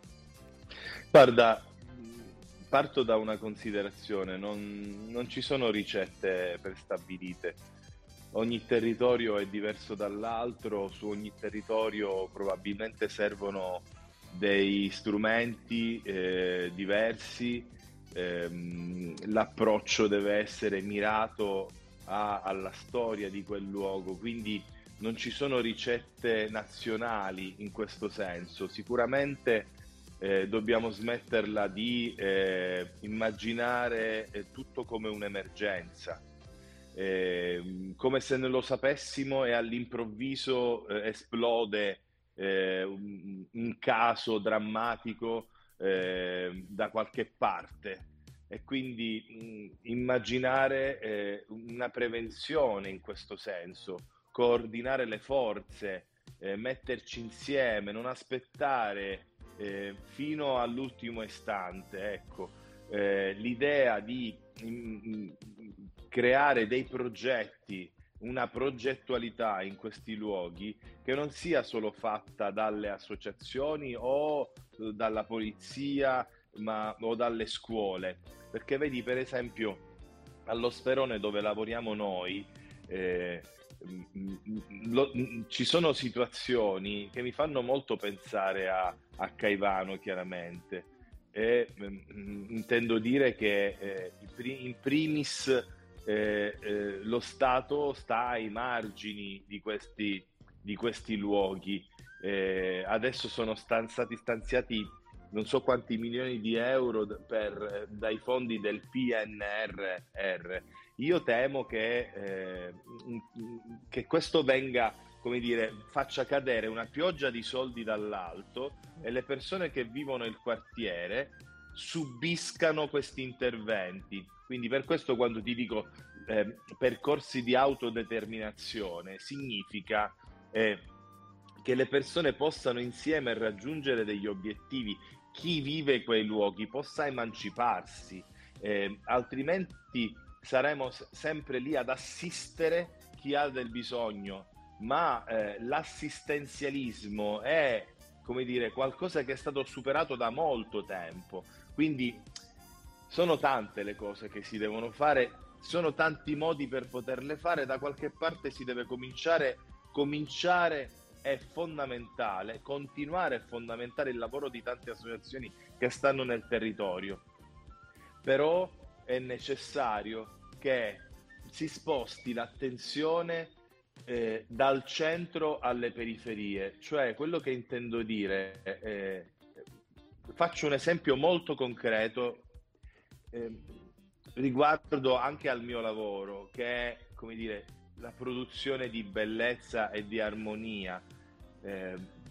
Guarda, parto da una considerazione, non, non ci sono ricette prestabilite. Ogni territorio è diverso dall'altro, su ogni territorio probabilmente servono dei strumenti eh, diversi, ehm, l'approccio deve essere mirato a- alla storia di quel luogo, quindi non ci sono ricette nazionali in questo senso. Sicuramente eh, dobbiamo smetterla di eh, immaginare eh, tutto come un'emergenza. Eh, come se non lo sapessimo e all'improvviso eh, esplode eh, un, un caso drammatico eh, da qualche parte, e quindi mh, immaginare eh, una prevenzione in questo senso, coordinare le forze, eh, metterci insieme, non aspettare eh, fino all'ultimo istante, ecco. Eh, l'idea di mh, creare dei progetti, una progettualità in questi luoghi che non sia solo fatta dalle associazioni o eh, dalla polizia, ma, o dalle scuole, perché vedi, per esempio, allo Sperone dove lavoriamo noi, eh, lo, ci sono situazioni che mi fanno molto pensare a, a Caivano, chiaramente. E mh, intendo dire che eh, in primis eh, eh, lo Stato sta ai margini di questi, di questi luoghi. Eh, adesso sono stan- stati stanziati non so quanti milioni di euro d- per, dai fondi del P N R R. Io temo che, eh, m- che questo venga, come dire, faccia cadere una pioggia di soldi dall'alto e le persone che vivono il quartiere subiscano questi interventi. Quindi per questo quando ti dico eh, percorsi di autodeterminazione, significa eh, che le persone possano insieme raggiungere degli obiettivi, chi vive quei luoghi possa emanciparsi, eh, altrimenti saremo s- sempre lì ad assistere chi ha del bisogno, ma eh, l'assistenzialismo è, come dire, qualcosa che è stato superato da molto tempo. Quindi sono tante le cose che si devono fare, sono tanti modi per poterle fare, da qualche parte si deve cominciare, cominciare è fondamentale, continuare è fondamentale il lavoro di tante associazioni che stanno nel territorio, però è necessario che si sposti l'attenzione eh, dal centro alle periferie, cioè quello che intendo dire, eh, faccio un esempio molto concreto eh, riguardo anche al mio lavoro, che è, come dire, la produzione di bellezza e di armonia. Eh,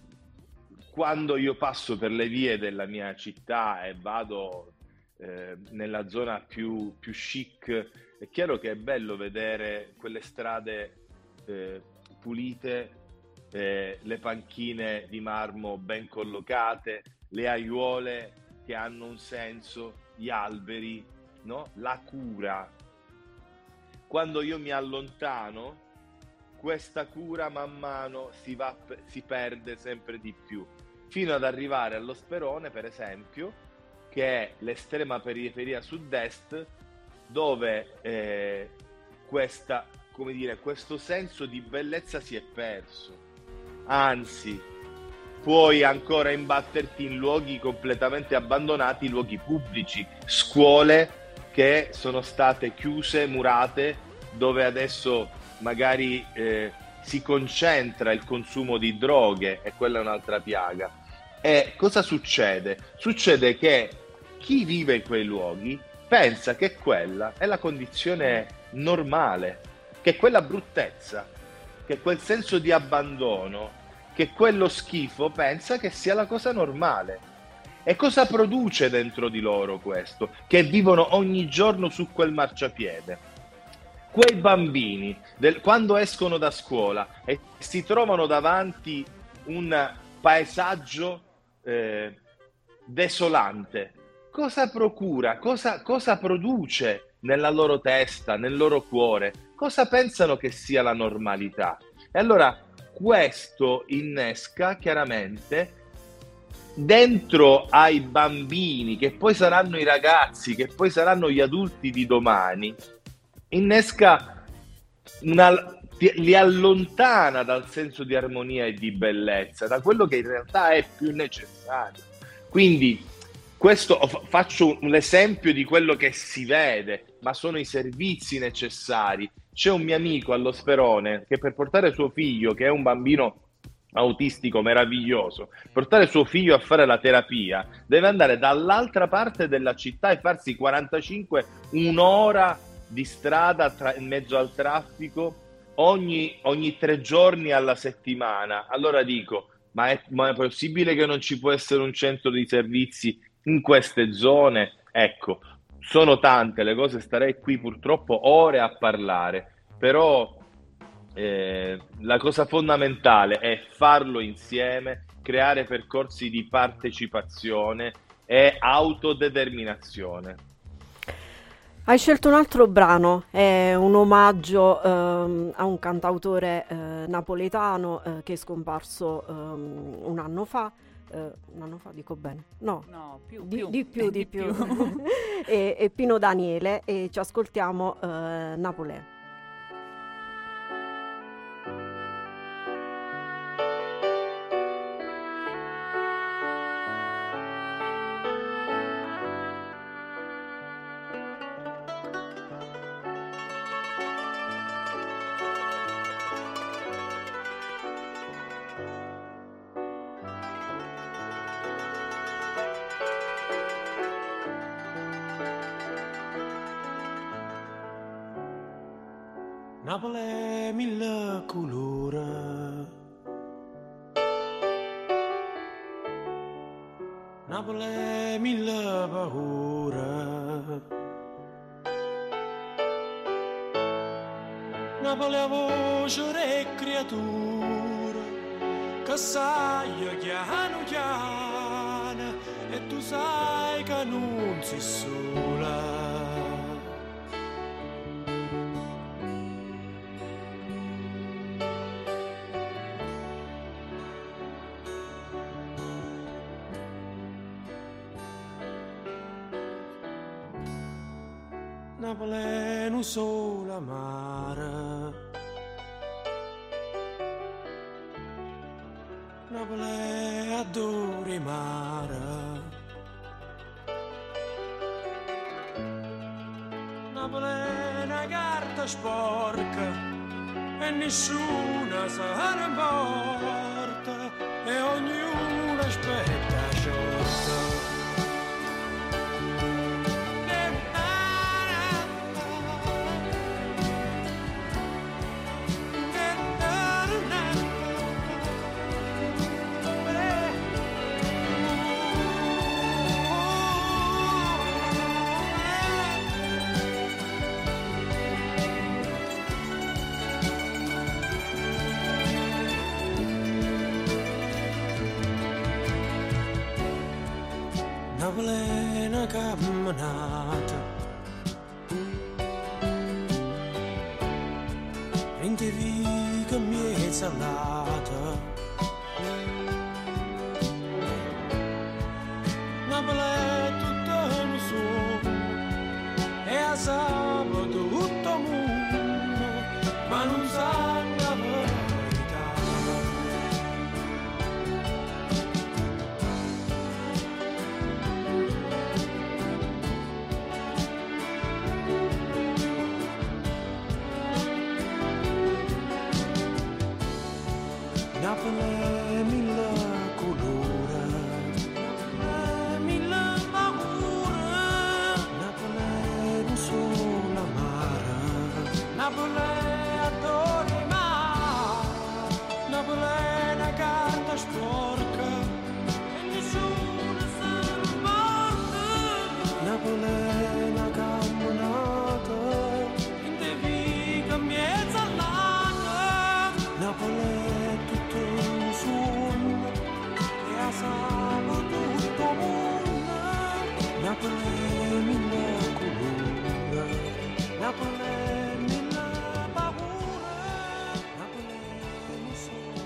quando io passo per le vie della mia città e vado eh, nella zona più, più chic, è chiaro che è bello vedere quelle strade eh, pulite, eh, le panchine di marmo ben collocate, le aiuole che hanno un senso, gli alberi, no? La cura. Quando io mi allontano, questa cura man mano si va, si perde sempre di più, fino ad arrivare allo Sperone, per esempio, che è l'estrema periferia sud-est, dove eh, questa, come dire, questo senso di bellezza si è perso. Anzi, puoi ancora imbatterti in luoghi completamente abbandonati, luoghi pubblici, scuole che sono state chiuse, murate, dove adesso magari eh, si concentra il consumo di droghe, e quella è un'altra piaga. E cosa succede? Succede che chi vive in quei luoghi pensa che quella è la condizione normale, che quella bruttezza, che quel senso di abbandono, che quello schifo pensa che sia la cosa normale. E cosa produce dentro di loro questo? Che vivono ogni giorno su quel marciapiede. Quei bambini, del, quando escono da scuola e si trovano davanti un paesaggio eh, desolante, cosa procura? Cosa, cosa produce nella loro testa, nel loro cuore? Cosa pensano che sia la normalità? E allora questo innesca chiaramente dentro ai bambini, che poi saranno i ragazzi, che poi saranno gli adulti di domani, innesca una, li allontana dal senso di armonia e di bellezza, da quello che in realtà è più necessario. Quindi questo faccio un esempio di quello che si vede, ma sono i servizi necessari. C'è un mio amico allo Sperone che per portare suo figlio, che è un bambino autistico meraviglioso, portare suo figlio a fare la terapia, deve andare dall'altra parte della città e farsi quarantacinque, un'ora di strada tra, in mezzo al traffico ogni, ogni tre giorni alla settimana. Allora dico, ma è, ma è possibile che non ci può essere un centro di servizi in queste zone? Ecco, sono tante le cose, starei qui purtroppo ore a parlare, però eh, la cosa fondamentale è farlo insieme, creare percorsi di partecipazione e autodeterminazione. Hai scelto un altro brano, è un omaggio ehm, a un cantautore eh, napoletano eh, che è scomparso ehm, un anno fa. Eh, un anno fa dico bene? No, No, più, di più. di più, di Di più. più. e, e Pino Daniele, e ci ascoltiamo eh, Napoleon. Napoli è mille colori, Napoli è mille paure, Napoli è voce e creatura che sai chiano chiano e tu sai che non sei sola. Napoli è un solo amare, Napoli è adore mare, Napoli è una carta sporca e nessuna se ne importa e ognuno aspetta sciolta. Napoli è una camminata, venti vighe mie salata, Napoli è tutto un sogno e a sabato tutto mondo, ma non sa la verità. Napoli è mille colori, Napoli è mille paure, Napoli è un solo amare, Napoli è adore mare, Napoli è una carta sporca e nessuno se ne importa, Napoli è una camminata in te viga mezza all'anno, Napoli è tutto un sogno e a sabato tutto mondo, Napoli è mille colori, Napoli è mille paure, Napoli è un solo.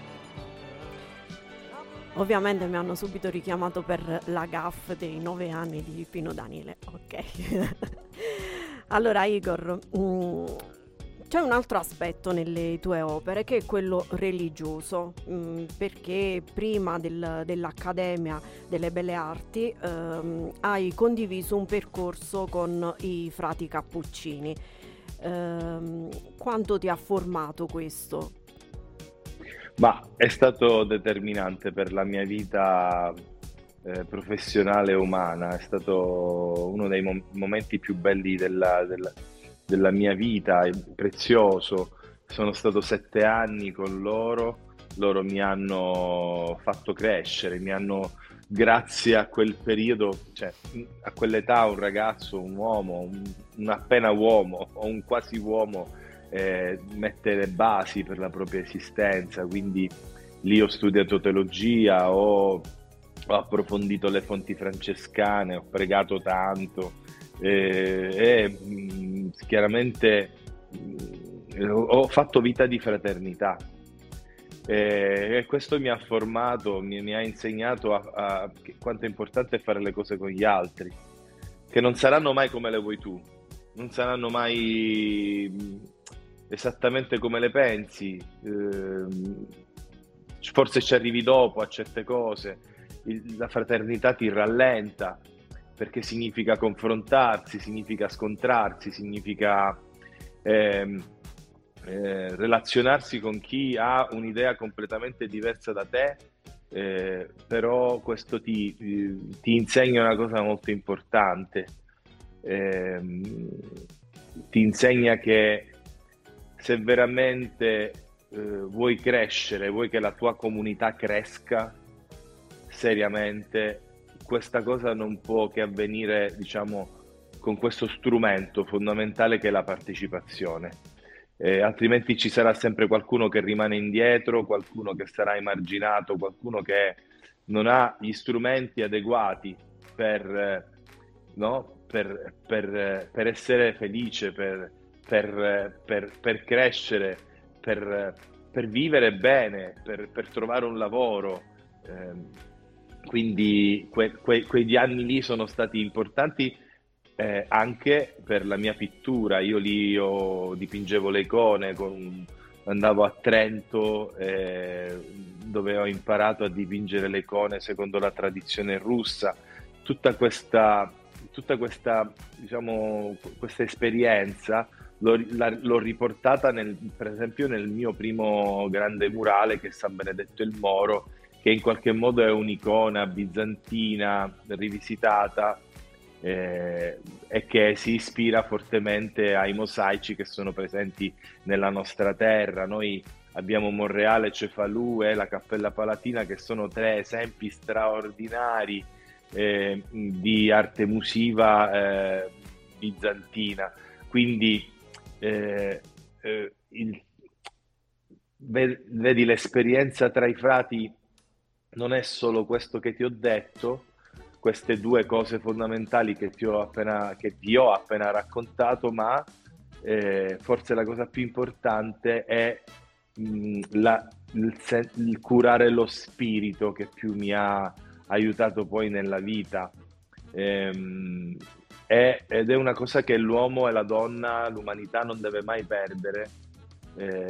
Ovviamente mi hanno subito richiamato per la gaffe dei nove anni di Pino Daniele. Ok. Allora Igor, mm, c'è un altro aspetto nelle tue opere che è quello religioso, mm, perché prima del- dell'Accademia delle Belle Arti ehm, hai condiviso un percorso con i frati cappuccini. Ehm, quanto ti ha formato questo? Ma è stato determinante per la mia vita eh, professionale e umana, è stato uno dei mom- momenti più belli della, della- della mia vita, è prezioso. Sono stato sette anni con loro, loro mi hanno fatto crescere, mi hanno, grazie a quel periodo, cioè a quell'età un ragazzo, un uomo, un, un appena uomo o un quasi uomo eh, mette le basi per la propria esistenza, quindi lì ho studiato teologia, ho, ho approfondito le fonti francescane, ho pregato tanto eh, e mh, chiaramente mh, ho fatto vita di fraternità. Eh, E questo mi ha formato, mi, mi ha insegnato a, a- che- quanto è importante fare le cose con gli altri, che non saranno mai come le vuoi tu, non saranno mai mh, esattamente come le pensi, ehm, forse ci arrivi dopo a certe cose, il- la fraternità ti rallenta perché significa confrontarsi, significa scontrarsi, significa ehm, eh, relazionarsi con chi ha un'idea completamente diversa da te, eh, però questo ti, eh, ti insegna una cosa molto importante. Ehm, Ti insegna che se veramente eh, vuoi crescere, vuoi che la tua comunità cresca seriamente, questa cosa non può che avvenire, diciamo, con questo strumento fondamentale che è la partecipazione. Eh, altrimenti ci sarà sempre qualcuno che rimane indietro, qualcuno che sarà emarginato, qualcuno che non ha gli strumenti adeguati per, eh, no? per, per, per essere felice, per, per, per, per crescere, per, per vivere bene, per, per trovare un lavoro. Eh, quindi que, que, quegli anni lì sono stati importanti eh, anche per la mia pittura. Io lì io dipingevo le icone, con, andavo a Trento eh, dove ho imparato a dipingere le icone secondo la tradizione russa. Tutta questa, tutta questa, diciamo, questa esperienza l'ho, la, l'ho riportata nel, per esempio nel mio primo grande murale, che è San Benedetto il Moro, che in qualche modo è un'icona bizantina rivisitata eh, e che si ispira fortemente ai mosaici che sono presenti nella nostra terra. Noi abbiamo Monreale, Cefalù e la Cappella Palatina, che sono tre esempi straordinari eh, di arte musiva eh, bizantina. Quindi eh, eh, il, vedi, l'esperienza tra i frati non è solo questo che ti ho detto, queste due cose fondamentali che ti ho appena, che ti ho appena raccontato, ma eh, forse la cosa più importante è mh, la, il, sen- il curare lo spirito, che più mi ha aiutato poi nella vita. Ehm, è, ed è una cosa che l'uomo e la donna, l'umanità non deve mai perdere. Eh,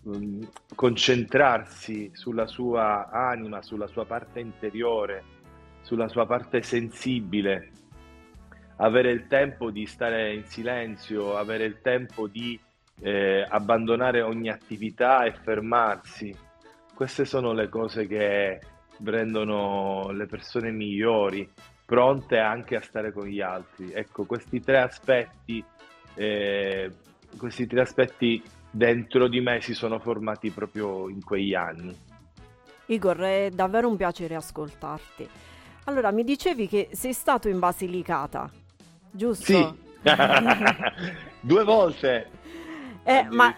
concentrarsi sulla sua anima, sulla sua parte interiore, sulla sua parte sensibile, avere il tempo di stare in silenzio, avere il tempo di eh, abbandonare ogni attività e fermarsi. Queste sono le cose che rendono le persone migliori, pronte anche a stare con gli altri. Ecco, questi tre aspetti, eh, questi tre aspetti dentro di me si sono formati proprio in quegli anni. Igor, è davvero un piacere ascoltarti. Allora, mi dicevi che sei stato in Basilicata, giusto? Sì, due volte. Eh, ma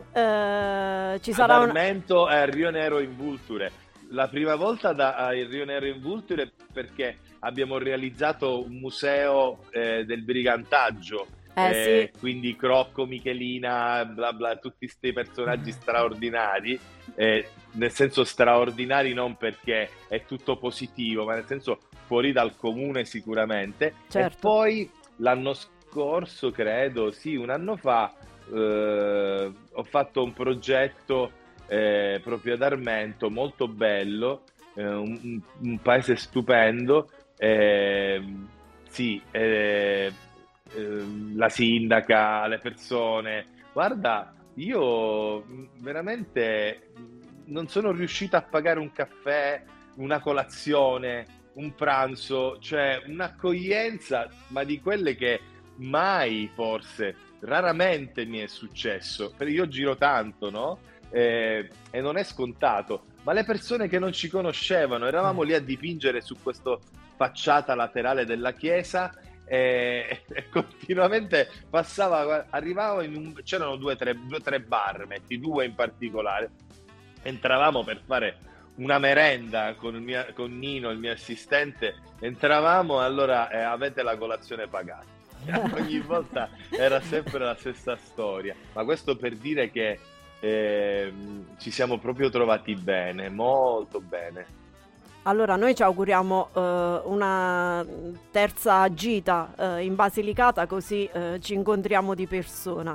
eh, ci sarà ad un... Armento e a Rio Nero in Vulture. La prima volta da a Rio Nero in Vulture perché abbiamo realizzato un museo eh, del brigantaggio. Eh, Eh, sì. quindi Crocco, Michelina, bla bla, tutti questi personaggi straordinari, eh, nel senso straordinari non perché è tutto positivo, ma nel senso fuori dal comune sicuramente. Certo. E poi l'anno scorso, credo, sì, un anno fa, eh, ho fatto un progetto eh, proprio ad Armento, molto bello, eh, un, un paese stupendo, eh, sì, eh, la sindaca, le persone. Guarda, io veramente non sono riuscito a pagare un caffè, una colazione, un pranzo, cioè un'accoglienza, ma di quelle che mai, forse, raramente mi è successo. Perché io giro tanto, no? Eh, e non è scontato. Ma le persone che non ci conoscevano, eravamo lì a dipingere su questa facciata laterale della chiesa, e, e continuamente passava, arrivavo in un, c'erano due o tre, due, tre bar, metti due in particolare, entravamo per fare una merenda con, il mio, con Nino, il mio assistente, entravamo e allora eh, avete la colazione pagata. Ogni volta era sempre la stessa storia, ma questo per dire che eh, ci siamo proprio trovati bene, molto bene. Allora, noi ci auguriamo eh, una terza gita eh, in Basilicata, così eh, ci incontriamo di persona.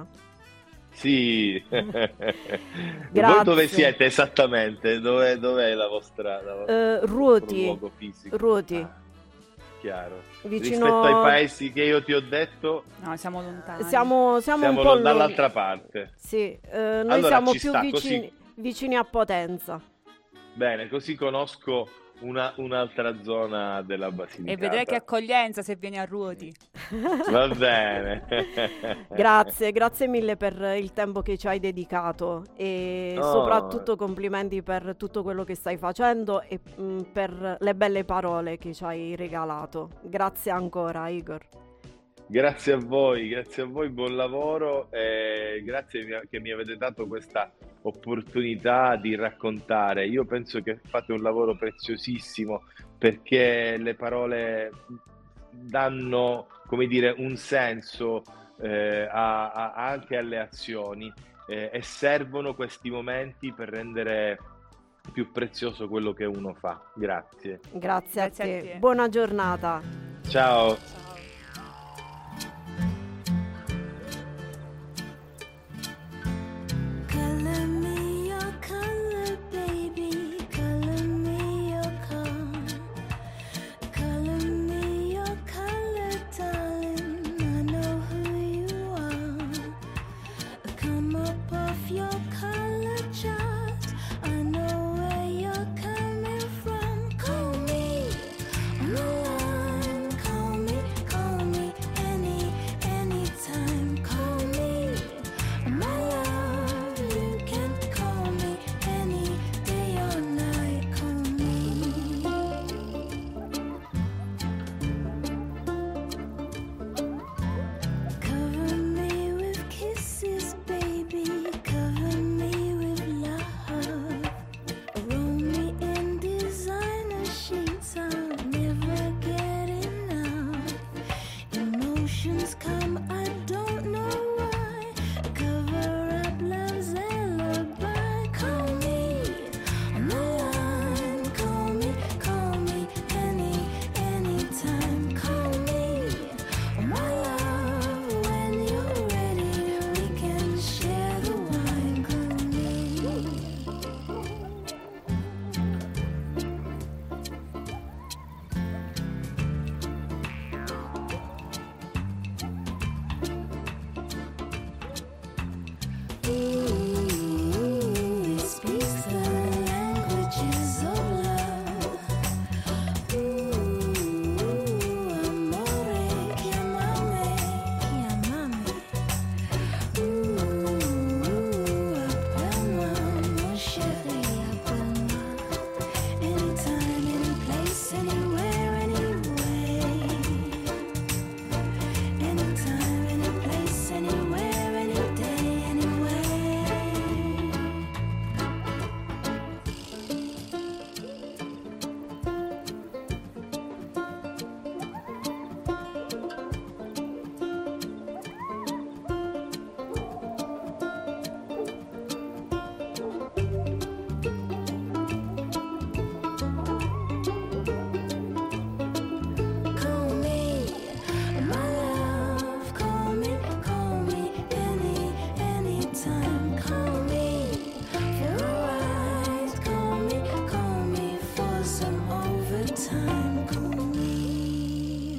Sì. Grazie. Voi dove siete esattamente? Dove, dov'è la vostra, la vostra Eh, il vostro Ruoti, luogo fisico? Ruoti, Ah, chiaro. vicino... Rispetto ai paesi che io ti ho detto, No, siamo lontani. Siamo, siamo, siamo un po' dall'altra parte. Sì, eh, noi Allora, siamo ci più sta, vicini, così. vicini a Potenza. Bene, così conosco una, un'altra zona della E Basilicata. vedrai che accoglienza se vieni a Ruoti. Va bene. Grazie, grazie mille per il tempo che ci hai dedicato e Oh. soprattutto complimenti per tutto quello che stai facendo e mh, per le belle parole che ci hai regalato. Grazie ancora, Igor. Grazie a voi, grazie a voi, buon lavoro e grazie mi- che mi avete dato questa opportunità di raccontare. Io penso che fate un lavoro preziosissimo perché le parole danno, come dire, un senso eh, a- a- anche alle azioni eh, e servono questi momenti per rendere più prezioso quello che uno fa. Grazie. Grazie, Grazie a a te. te. Buona giornata. Ciao. Color me your color, baby. Color me your color. Color me your color, darling. I know who you are. Come up off your color chart. I know where you're coming from. Call me on the line. Call me, call me any, anytime. Call me my love. You can call me any day or night. Call me. Cover me with kisses, baby. Cover me with love. Roll me in designer sheets. I'll never get enough. Emotions come, I don't know why. Cover up love's alibi. Call me on the line. Call me, call me any, anytime. Call me, my love. When you're ready, we can share the wine. Call me. Ooh, it speaks the languages of love. Ooh, amore, chiamame, chiamame. Ooh, appelle-moi, mon chéri, appelle-moi. Anytime, any place, anywhere, anyway. Anytime, any place, anywhere, any day, anyway. Call me, my love. Call me, call me any, anytime. Call me for a ride. Call me, call me for some overtime. Call me.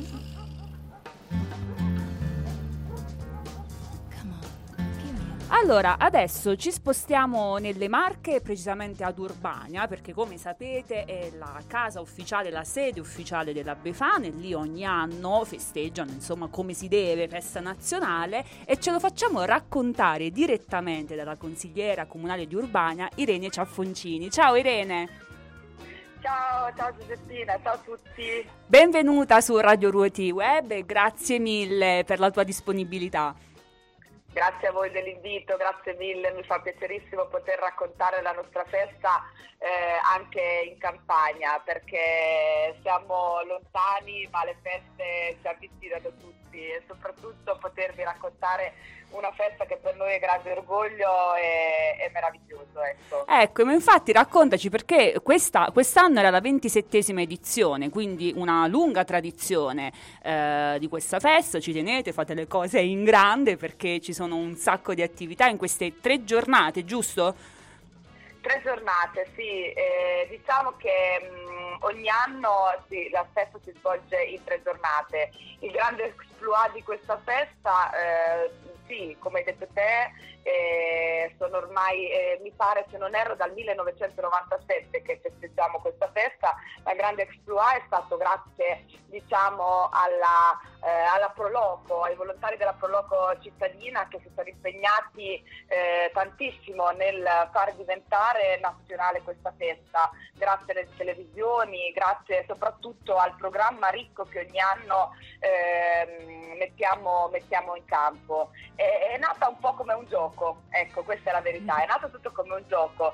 Come on, give me a Allora, adesso ci spostiamo nelle Marche, precisamente ad Urbania, perché come sapete è la casa ufficiale, la sede ufficiale della Befana e lì ogni anno festeggiano, insomma, come si deve, festa nazionale, e ce lo facciamo raccontare direttamente dalla consigliera comunale di Urbania, Irene Ciaffoncini. Ciao Irene! Ciao, ciao Giuseppina, ciao a tutti. Benvenuta su Radio Ruoti Web e grazie mille per la tua disponibilità. Grazie a voi dell'invito, grazie mille, mi fa piacerissimo poter raccontare la nostra festa eh, anche in campagna, perché siamo lontani ma le feste ci avvicinano tutti e soprattutto potervi raccontare una festa che per noi è grande orgoglio e è meraviglioso, ecco. Ecco, ma infatti raccontaci, perché questa, quest'anno era la ventisettesima edizione, quindi una lunga tradizione eh, di questa festa, ci tenete, fate le cose in grande perché ci sono un sacco di attività in queste tre giornate, giusto? Tre giornate, sì, eh, diciamo che mh, ogni anno sì, la festa si svolge in tre giornate. Il grande exploit di questa festa, eh, sì, come hai detto te, eh, sono ormai, eh, mi pare, se non erro, dal millenovecentonovantasette che festeggiamo questa festa. La grande exploit è stato grazie, diciamo, alla eh, alla Proloco, ai volontari della Proloco cittadina che si sono impegnati eh, tantissimo nel far diventare nazionale questa festa, grazie alle televisioni, grazie soprattutto al programma ricco che ogni anno eh, mettiamo, mettiamo in campo. È, è nata un po' come un gioco, ecco, questa è la verità, è nato tutto come un gioco,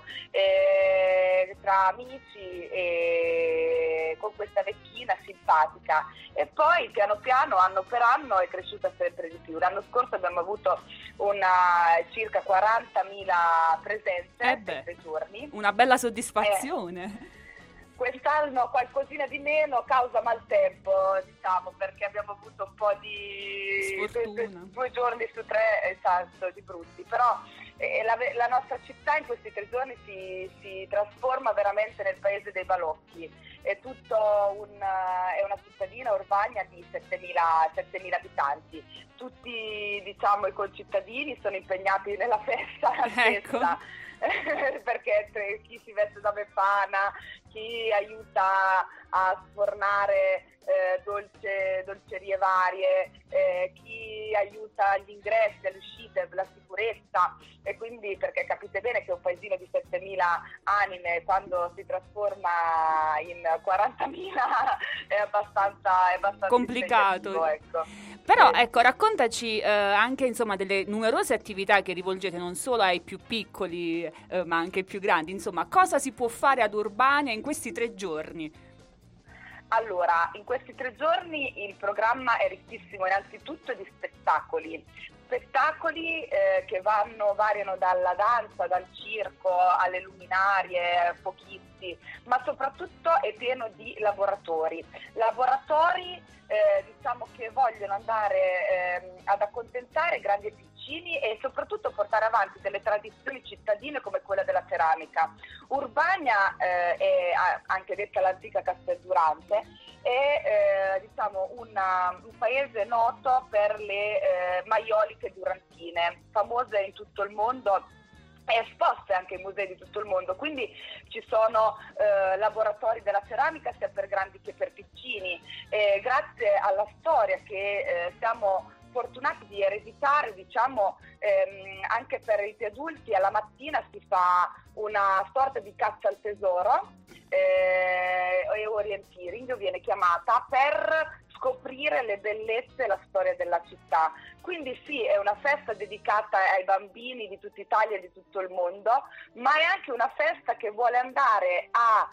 eh, tra amici e con questa vecchina simpatica, e poi piano piano, anno per anno, è cresciuta sempre di più. L'anno scorso abbiamo avuto una circa quarantamila presenze Eh in beh, tre giorni. una bella soddisfazione. Quest'anno qualcosina di meno, causa maltempo, diciamo, perché abbiamo avuto un po' di Sfortuna. due, due giorni su tre, esatto, di brutti, però eh, la, la nostra città in questi tre giorni si, si trasforma veramente nel paese dei balocchi. È tutto un, è una cittadina urbana di settemila abitanti. Tutti, diciamo, i concittadini sono impegnati nella festa, la Ecco. festa. Perché tre- chi si veste da Befana, chi aiuta a sfornare eh, dolce- dolcerie varie, eh, chi aiuta agli ingressi, alle uscite, la sicurezza, e quindi, perché capite bene che un paesino di settemila anime, quando si trasforma in quarantamila, è abbastanza, è abbastanza Complicato. impegnativo, ecco. Però Eh, ecco, raccontaci eh, anche insomma delle numerose attività che rivolgete non solo ai più piccoli eh, ma anche ai più grandi. Insomma, cosa si può fare ad Urbania in questi tre giorni? Allora, in questi tre giorni il programma è ricchissimo innanzitutto di spettacoli, spettacoli eh, che vanno, variano dalla danza, dal circo alle luminarie, pochisti, ma soprattutto è pieno di laboratori. Laboratori eh, diciamo che vogliono andare eh, ad accontentare grandi e piccini e soprattutto portare avanti delle tradizioni cittadine come quella della ceramica. Urbania, eh, è anche detta l'antica Casteldurante, è eh, diciamo una, un paese noto per le eh, maioliche durantine, famose in tutto il mondo e esposte anche in musei di tutto il mondo, quindi ci sono eh, laboratori della ceramica sia per grandi che per piccini, e grazie alla storia che eh, siamo fortunati di ereditare, diciamo, ehm, anche per i più adulti, alla mattina si fa una sorta di caccia al tesoro eh, e orienteering viene chiamata, per scoprire le bellezze e la storia della città. Quindi sì, è una festa dedicata ai bambini di tutta Italia e di tutto il mondo, ma è anche una festa che vuole andare a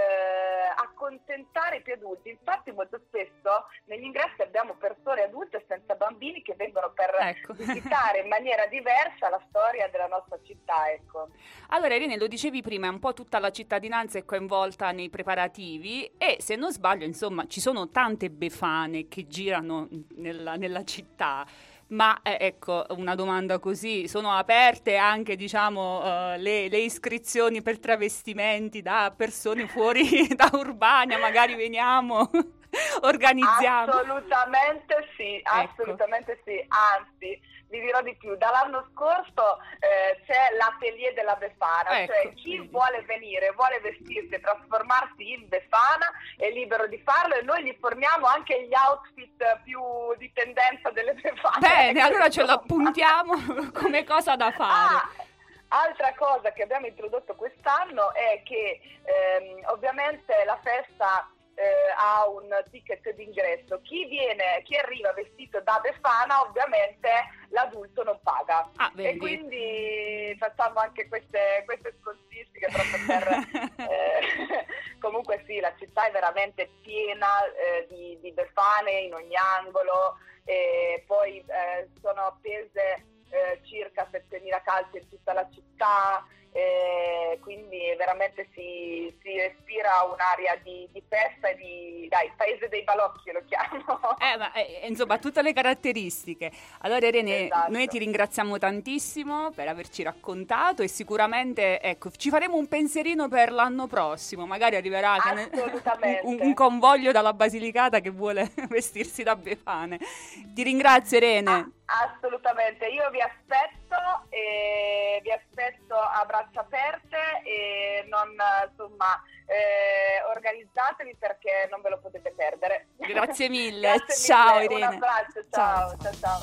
eh, accontentare i più adulti. Infatti molto spesso negli ingressi abbiamo persone adulte senza bambini che vengono per Ecco. visitare in maniera diversa la storia della nostra città, ecco. Allora Irene, lo dicevi prima, un po' tutta la cittadinanza è coinvolta nei preparativi e se non sbaglio, insomma, ci sono tante befane che girano nella, nella città. Ma eh, ecco, una domanda così, sono aperte anche, diciamo, uh, le, le iscrizioni per travestimenti da persone fuori da Urbania, magari veniamo, organizziamo. Assolutamente sì, Ecco. assolutamente sì, anzi vi dirò di più, dall'anno scorso eh, c'è l'atelier della Befana, Ecco, cioè chi quindi. vuole venire, vuole vestirsi e trasformarsi in Befana è libero di farlo e noi gli forniamo anche gli outfit più di tendenza delle Befane. Bene, allora ce lo Insomma. appuntiamo come cosa da fare. Ah, altra cosa che abbiamo introdotto quest'anno è che ehm, ovviamente la festa eh, ha un ticket d'ingresso. Chi viene, chi arriva vestito da Befana, ovviamente l'adulto non paga. Ah, E vedi. quindi facciamo anche queste, queste scontistiche proprio per eh, comunque sì, la città è veramente piena eh, di, di Befane in ogni angolo, e poi eh, sono appese eh, circa settemila calze in tutta la città, eh, quindi veramente si, si respira un'aria di, di festa e di, dai, paese dei balocchi lo chiamo. Eh, ma eh, insomma, tutte le caratteristiche. Allora Irene, Esatto. noi ti ringraziamo tantissimo per averci raccontato e sicuramente, ecco, ci faremo un pensierino per l'anno prossimo, magari arriverà che ne- Assolutamente. un, un convoglio dalla Basilicata che vuole vestirsi da Befane. Ti ringrazio Irene. Assolutamente, io vi aspetto e vi aspetto a braccia aperte e non, insomma, eh, organizzatevi perché non ve lo potete perdere. Grazie mille, Grazie ciao mille, Irene. un abbraccio, ciao, ciao, ciao.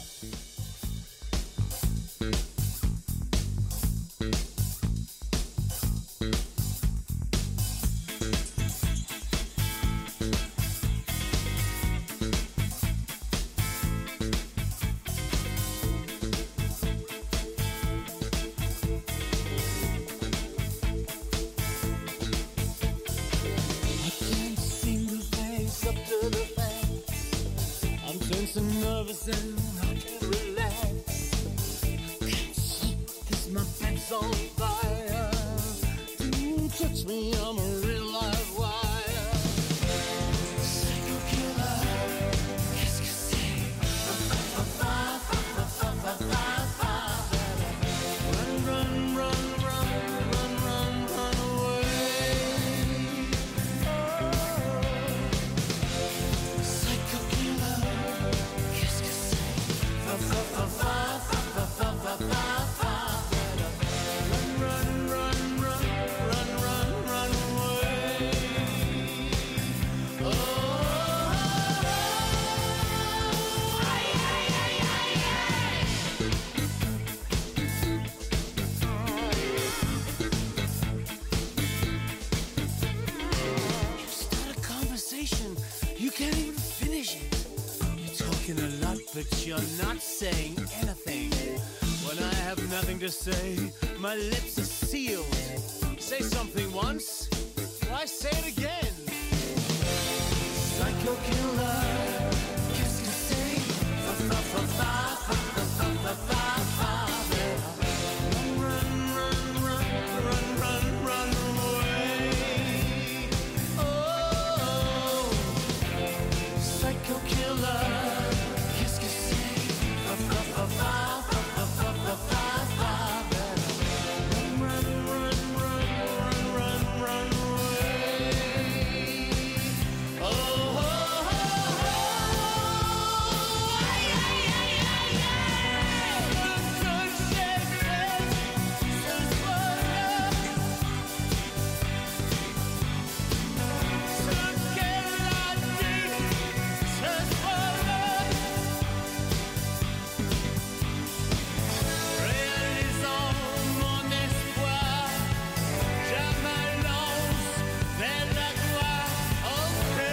I'm tense and nervous and I can't relax. I can't sleep 'cause my bed's on fire. Don't touch me, I'm a real live wire. Psycho killer, qu'est-ce que c'est? Run, run, run, run, run, run, run away. Oh, psycho killer. Qu'est-ce que c'est? Fa fa fa fa fa fa fa fa fa. Run, run, run, run, run, run, run away. Oh, ay, ay, ay, ay, ay. You start a conversation, you can't even finish it. You're talking a lot, but you're not saying anything. When I have nothing to say, my lips are sealed. Say something once, why say it again? Psycho killer, qu'est-ce que c'est? Fa fa fa fa fa fa fa fa fa. Run, run, run, run, run, run away. Oh, psycho killer, qu'est-ce que c'est? Fa fa fa fa fa fa fa fa fa. Run, run, run, run, run, run, run away. Oh, oh, oh, oh. Ay, ay, ay, ay, ay. Good shit, says what love. So get la deep, says what love. Réalisons mon espoir, jamais lance vers la gloire. Ok.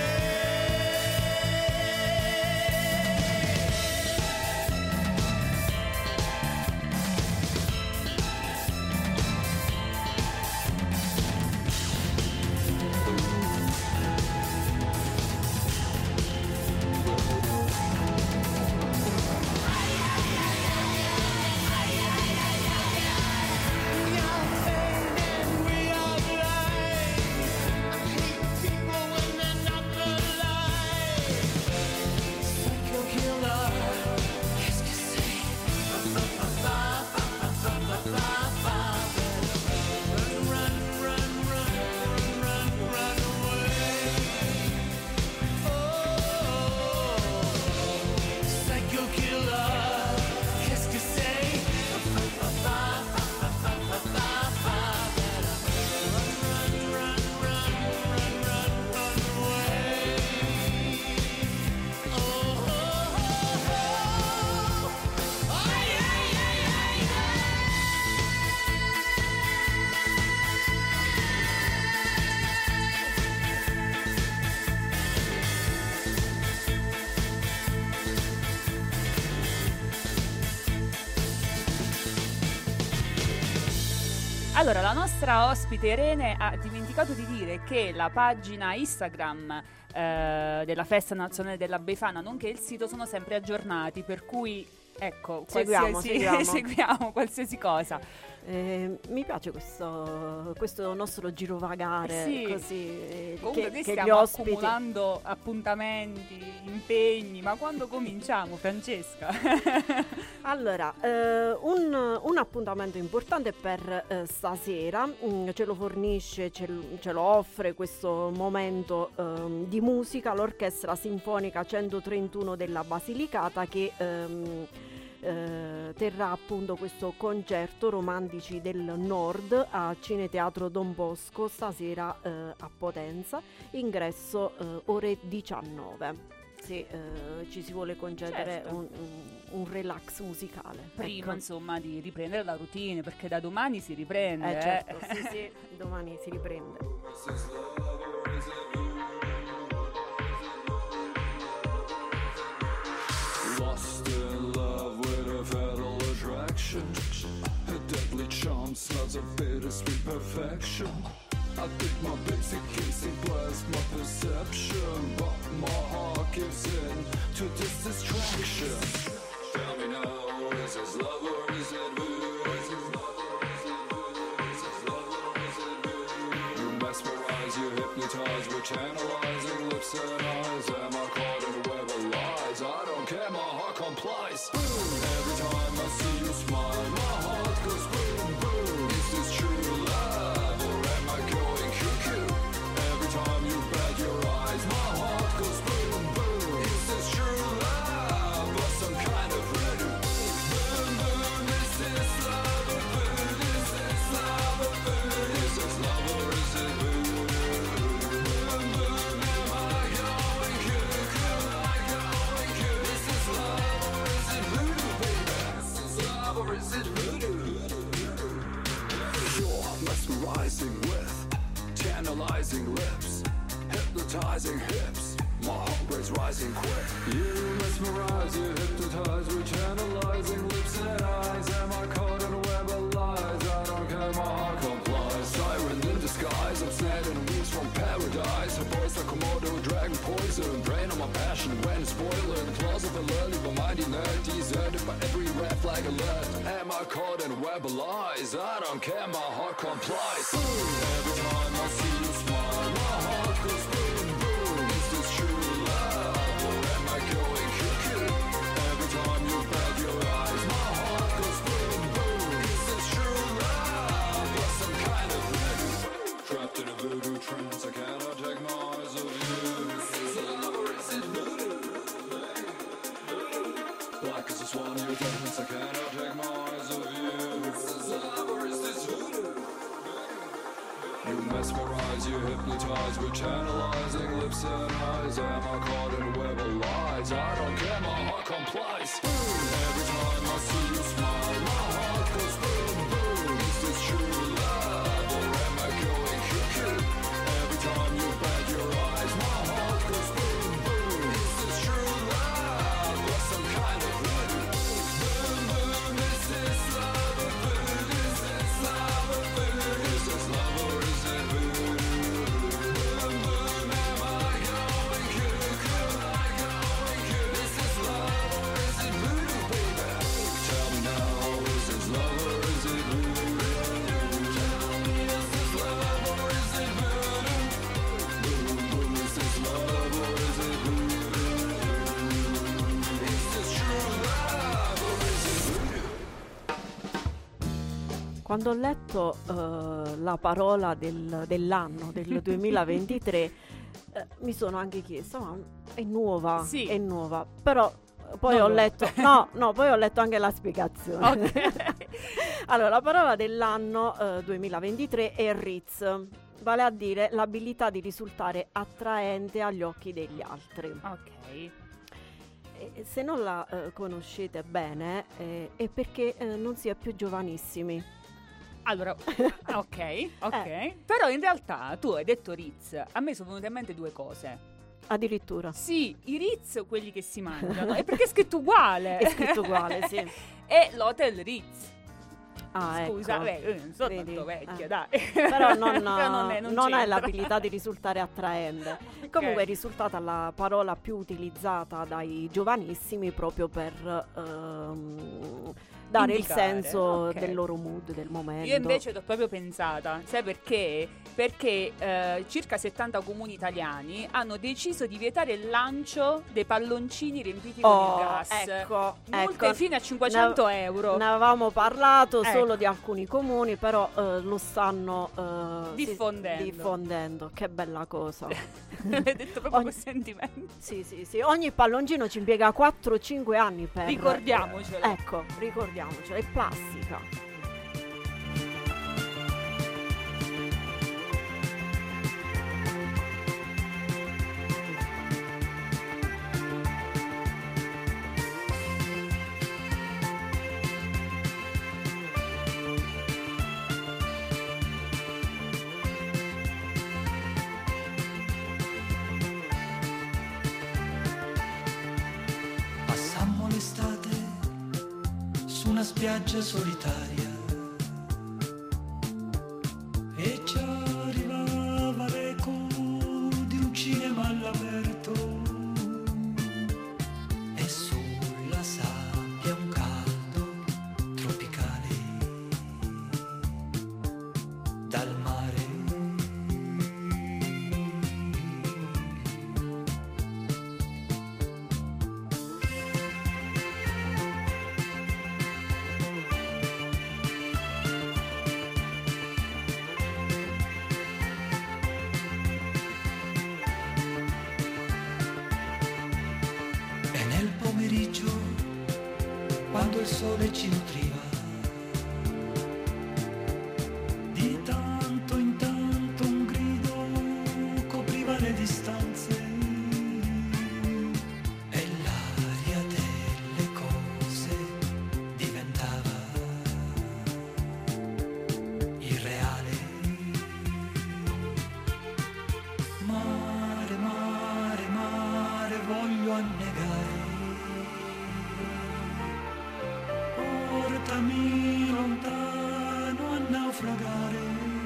We are fading, we are blind. I hate people when they're not alive. Psycho killer, qu'est-ce que c'est? Fa fa fa fa fa fa fa fa. Run, run, run, run, run, run away. Oh, psycho killer, qu'est-ce que c'est? Fa fa fa fa fa fa fa fa fa. Run, run, run, run, run, run, run away. Oh, oh, oh, oh. Ay, ay, ay, ay, ay. Allora, la nostra ospite Irene ha dimenticato di dire che la pagina Instagram eh, della Festa Nazionale della Befana, nonché il sito, sono sempre aggiornati, per cui ecco, Seguiamo, qualsiasi- seguiamo. seguiamo qualsiasi cosa. Eh, mi piace questo, questo nostro girovagare Sì. così eh, Comunque che, noi che gli stiamo ospiti accumulando appuntamenti, impegni, ma quando cominciamo, Francesca? Allora, eh, un, un appuntamento importante per eh, stasera, mm, ce lo fornisce, ce, l- ce lo offre questo momento ehm, di musica l'Orchestra Sinfonica centotrentuno della Basilicata che ehm, eh, terrà appunto questo concerto Romantici del Nord a Cineteatro Don Bosco stasera eh, a Potenza, ingresso eh, ore diciannove. Se eh, ci si vuole concedere Certo. un, un- un relax musicale. Prima Ecco. insomma di riprendere la routine, perché da domani si riprende. Eh, certo, eh. sì, sì, domani si riprende. Lost in love with a fatal attraction. A deadly charm, smells of bittersweet perfection. I think my basic casing blasts my perception, but my heart gives in to this distraction. Tell me now, is this love or is it voodoo? Is this love or is it voodoo? Is this love or is it voodoo? You mesmerize, you hypnotize, we're channelizing lips and eyes. Am I caught in a web of lies? I don't care, my heart complies. Every time I see you smile, my heart goes boom, boom. Is this true love or am I going cuckoo? Every time you bat your eyes, my heart goes boom, boom. Is this true love or some kind of voodoo? Boom, boom, is this love or voodoo? Is this love or voodoo? Is this love or is it voodoo? Boom, boom, am I going cuckoo? Am I going cuckoo? Is this love or is it voodoo, baby? Is this love or is it voodoo? You're mesmerizing with tantalizing lips, hypnotizing hips. My heart rate's rising quick. You mesmerize, you hypnotize, we're tantalizing lips and eyes. Am I caught in a web of lies? I don't care, my heart complies. Siren in disguise, I'm snaring weeds from paradise. Her voice like Komodo, dragon poison. Drain on my passion when it's boiling. Claws of a lily, but mighty nerd. Deserted by every red flag alert. Am I caught in a web of lies? I don't care, my heart complies. Every time I see you smile, my heart goes boom, boom. Is this true love or am I going cuckoo? Every time you bat your eyes, my heart goes boom, boom. Is this true love or some kind of voodoo? Trapped in a voodoo trance, I cannot take my eyes off you. Is this love or is it voodoo? Black as a swan, you dance, I cannot take my eyes off you. Is this love or is this voodoo? You mesmerize, you hypnotize, we're channelizing lips and eyes. Am I caught in a web of lies? I don't care, my heart complies. Every time I see you smile, my heart goes boom, boom. Is this true love or am I going cuckoo? Every time you bat your eyes, my heart goes boom, boom. Is this true love or some kind of voodoo? Boom, boom, is this love or voodoo? Is this love or voodoo? Is this love or is it voodoo? Boom, boom, am I going cuckoo? Am I going cuckoo? Is this love or is it voodoo, baby? Tell me now, is this love or is it voodoo? Tell me, is this love or is it voodoo? Boom, boom, is this love or is it voodoo? Is this true love or is it voodoo? Quando ho letto eh, la parola del- dell'anno del duemilaventitré eh, mi sono anche chiesta, ma è nuova, Sì. è nuova, però eh, poi Non ho lo- letto, no, no, poi ho letto anche la spiegazione. Ok. Allora, la parola dell'anno eh, duemilaventitré è Ritz, vale a dire l'abilità di risultare attraente agli occhi degli altri. Ok. E se non la eh, conoscete bene eh, è perché eh, non si è più giovanissimi. Allora, ok, ok. Eh. Però in realtà tu hai detto Ritz. A me sono venute in mente due cose. Addirittura. Sì, i Ritz, quelli che si mangiano. E perché è scritto uguale. È scritto uguale, sì. E l'Hotel Ritz. Ah, Scusa, ecco. beh, io non sono Vedi? tanto vecchia, Eh. dai. Però non, Però non è- non non hai c'entra. l'abilità di risultare attraente. Comunque è risultata la parola più utilizzata dai giovanissimi proprio per ehm, dare Indicare, il senso ok. del loro mood, del momento. Io invece l'ho proprio pensata, sai perché? Perché eh, circa settanta comuni italiani hanno deciso di vietare il lancio dei palloncini riempiti con Oh, il gas. ecco, Multe ecco. fino a cinquecento Ne- euro. Ne avevamo parlato, Ecco. solo solo di alcuni comuni, però eh, lo stanno eh, si- Diffondendo. diffondendo. Che bella cosa. L'hai detto proprio Ogni- con sentimento. Sì, sì, sì. Ogni palloncino ci impiega quattro cinque anni per... Ricordiamocelo. Ecco, ricordiamocelo, è plastica. Passammo l'estate su una spiaggia solitaria e ci arrivava l'eco di un cinema all'aperto e sulla sabbia un caldo tropicale dal mare. E nel pomeriggio, quando il sole ci nutriva, di tanto in tanto un grido copriva le distanze e l'aria delle cose diventava irreale. Mare, mare, mare, voglio annegare. Portami lontano a naufragare.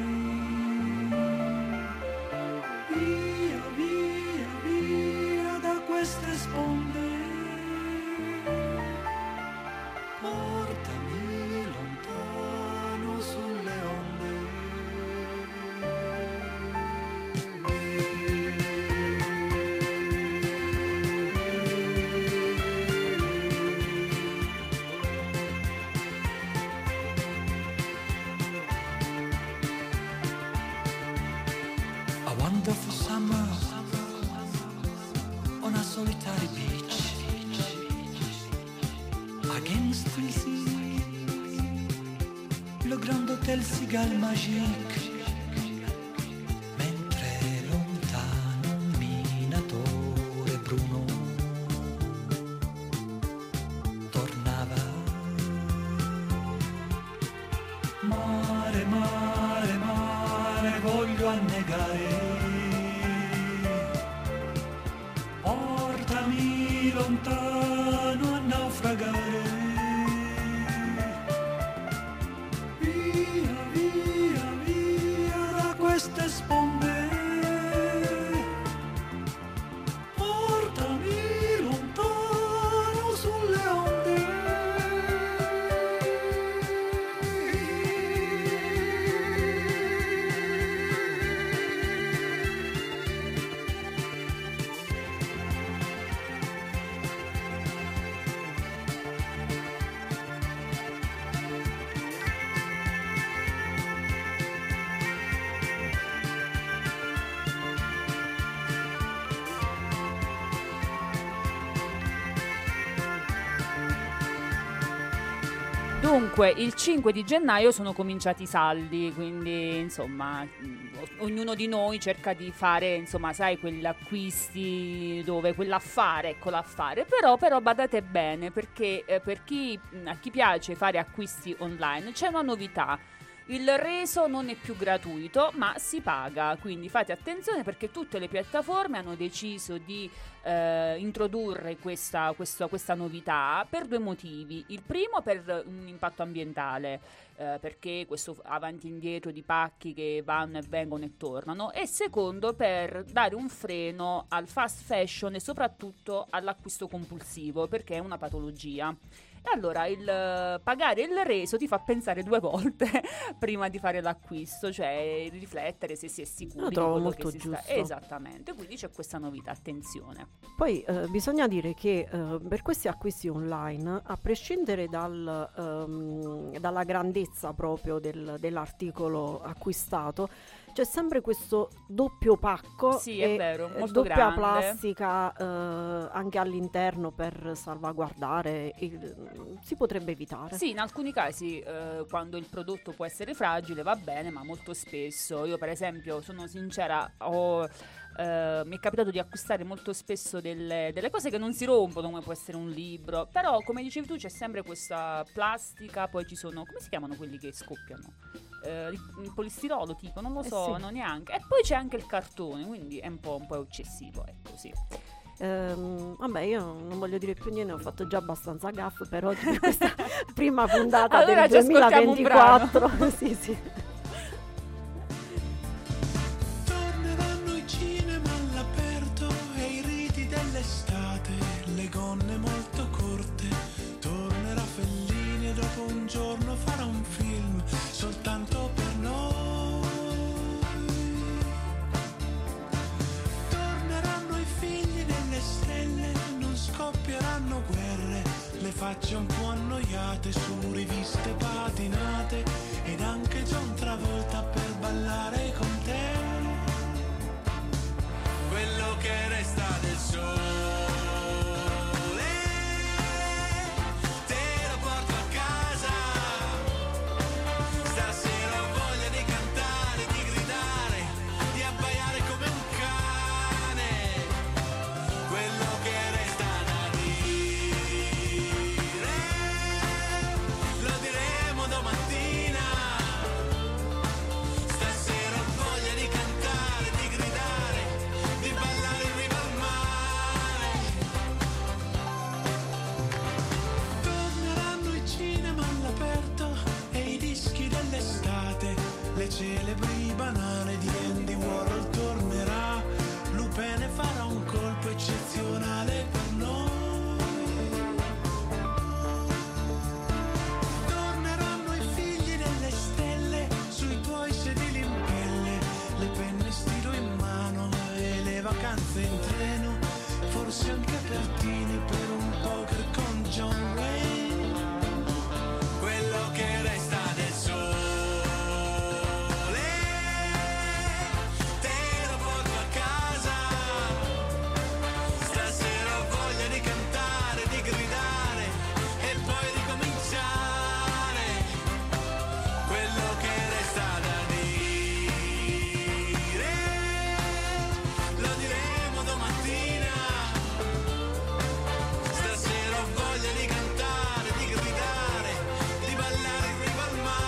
Via, via, via da queste sponde. Portami lontano sulle onde. A wonderful summer on a solitary beach against the sea, le grand hôtel Cigale Magique, mentre lontano un minatore bruno tornava. Mare, mare, mare, voglio annegare. Portami lontano a naufragare. Via, via, via da queste sponde. Portami lontano sulle onde. Dunque, il cinque di gennaio sono cominciati i saldi, quindi insomma mh, o- ognuno di noi cerca di fare, insomma, sai, quegli acquisti dove quell'affare, ecco l'affare, però, però badate bene perché eh, per chi, mh, a chi piace fare acquisti online c'è una novità. Il reso non è più gratuito, ma si paga, quindi fate attenzione perché tutte le piattaforme hanno deciso di eh, introdurre questa, questo- questa novità per due motivi. Il primo per un impatto ambientale, eh, perché questo avanti e indietro di pacchi che vanno e vengono e tornano, e secondo per dare un freno al fast fashion e soprattutto all'acquisto compulsivo, perché è una patologia. E allora il eh, pagare il reso ti fa pensare due volte prima di fare l'acquisto, cioè riflettere se si è sicuri Lo di trovo quello molto che si sta. giusto. Esattamente, quindi c'è questa novità, attenzione. Poi eh, bisogna dire che eh, per questi acquisti online, a prescindere dal, ehm, dalla grandezza proprio del- dell'articolo acquistato, c'è sempre questo doppio pacco Sì, è e vero, eh, molto doppia grande. plastica eh, anche all'interno per salvaguardare. il- si potrebbe evitare. Sì, in alcuni casi eh, quando il prodotto può essere fragile va bene, ma molto spesso, io per esempio sono sincera, ho, eh, mi è capitato di acquistare molto spesso delle, delle cose che non si rompono, come può essere un libro, però come dicevi tu c'è sempre questa plastica, poi ci sono, come si chiamano quelli che scoppiano? Eh, il polistirolo tipo, non lo Eh so, sì. non neanche. E poi c'è anche il cartone, quindi è un po', un po' eccessivo, ecco, sì. Ehm, vabbè, io non voglio dire più niente, ho fatto già abbastanza gaff per oggi, per questa prima puntata Allora del ci ascoltiamo un duemilaventiquattro. Sì, sì. Torneranno i cinema all'aperto e i riti dell'estate, le gonne molto corte. Tornerà Fellini e dopo un giorno farà un film soltanto per noi. Torneranno i figli delle stelle, non scoppieranno guerre, le facce un po' annoiate su riviste patinate ed anche John Travolta per ballare con te. Quello che resta del sole te lo porto a casa. Stasera ho voglia di cantare, di gridare, di abbaiare come un cane. Quello che resta da dire lo diremo domattina. Stasera ho voglia di cantare, di gridare, di ballare in riva al mare. Torneranno i cinema all'aperto e i dischi dell'estate, le celebri banane di Andy Warhol. Tornerà Lupin e farà un colpo eccezionale per noi. Torneranno i figli delle stelle sui tuoi sedili in pelle, le penne stilo in mano e le vacanze in treno, forse anche Pertini per un poker con John Wayne. Quello che resta del sole te lo porto a casa. Stasera ho voglia di cantare, di gridare e poi di cominciare. Quello che resta da dire lo diremo domattina. Stasera ho voglia di cantare, di gridare, di ballare in riva al mare.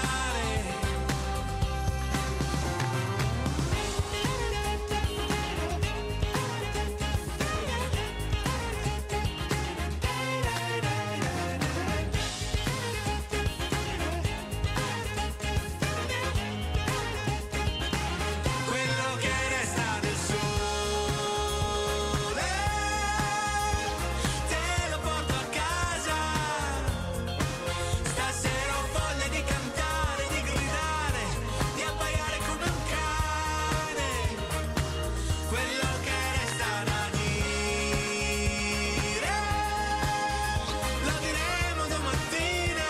Quello che resta del sole te lo porto a casa. Stasera ho voglia di cantare, di gridare, di abbaiare come un cane. Quello che resta da dire lo diremo domattina.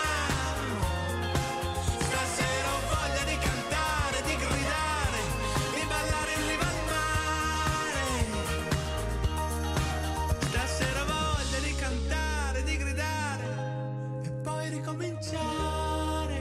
Stasera ho voglia di cantare, di gridare, di ballare in riva al mare. Stasera ho voglia di cantare, di gridare e poi ricominciare.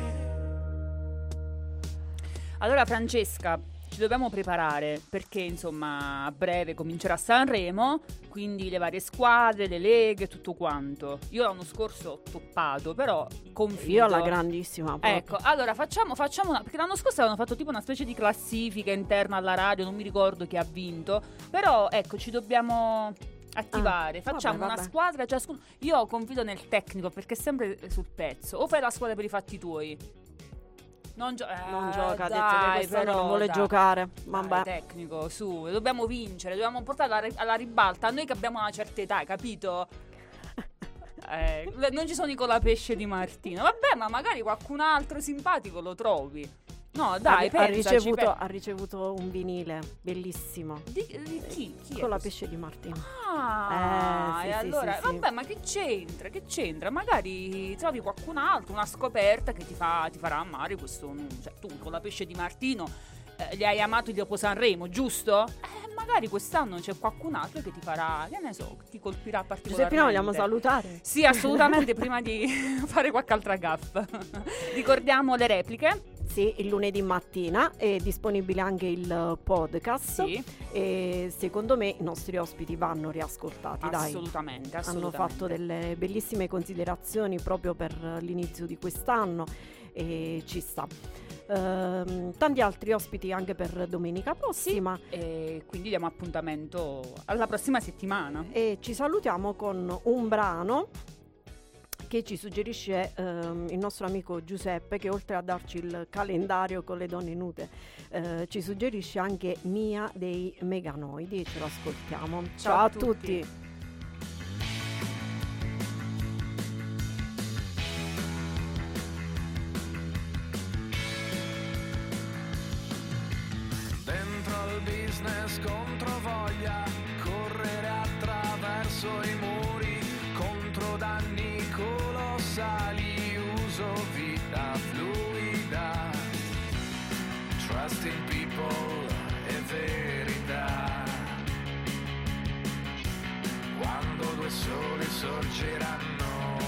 Allora Francesca, ci dobbiamo preparare perché insomma a breve comincerà Sanremo, quindi le varie squadre, le leghe, tutto quanto. Io l'anno scorso ho toppato, però confido. Io alla grandissima proprio. Ecco, allora facciamo, facciamo una, perché l'anno scorso avevano fatto tipo una specie di classifica interna alla radio, non mi ricordo chi ha vinto, però ecco ci dobbiamo attivare, Ah, facciamo vabbè, una vabbè. squadra ciascuno. Io confido nel tecnico perché è sempre sul pezzo, o fai la squadra per i fatti tuoi. Non, gio- Non eh, gioca, ha detto dai, che quest'anno però, non vuole dai. giocare. Dai, Vabbè. tecnico, su, dobbiamo vincere, dobbiamo portare alla, alla ribalta, a noi che abbiamo una certa età, capito? Eh, non ci sono i Colapesce di Martino. Vabbè, ma magari qualcun altro simpatico lo trovi. No, dai, ha, pensaci, ha, ricevuto, pe- ha ricevuto un vinile bellissimo. Di, di chi? chi Con è la questo? Pesce di Martino. Ah, Eh, sì, e sì, allora, sì, sì. vabbè, ma che c'entra? Che c'entra? Magari trovi qualcun altro, una scoperta che ti, fa, ti farà amare questo. Cioè, tu con la Pesce di Martino eh, li hai amati dopo Sanremo, giusto? Eh, magari quest'anno c'è qualcun altro che ti farà, che ne so, ti colpirà particolarmente. Giuseppina, vogliamo salutare? Sì, assolutamente, prima di fare qualche altra gaffa. Ricordiamo le repliche. Sì, il lunedì mattina è disponibile anche il podcast. Sì. E secondo me i nostri ospiti vanno riascoltati. Assolutamente, dai. assolutamente. Hanno fatto delle bellissime considerazioni proprio per l'inizio di quest'anno e ci sta. Ehm, tanti altri ospiti anche per domenica prossima. E quindi diamo appuntamento alla prossima settimana. E ci salutiamo con un brano che ci suggerisce ehm, il nostro amico Giuseppe, che oltre a darci il calendario con le donne nude eh, ci suggerisce anche Mia dei Meganoidi, e ce lo ascoltiamo. Ciao, Ciao a a tutti, tutti. Dentro al business contro voglia, correre attraverso i muri, contro danni colossali, uso vita fluida, trust in people e verità. Quando due soli sorgeranno,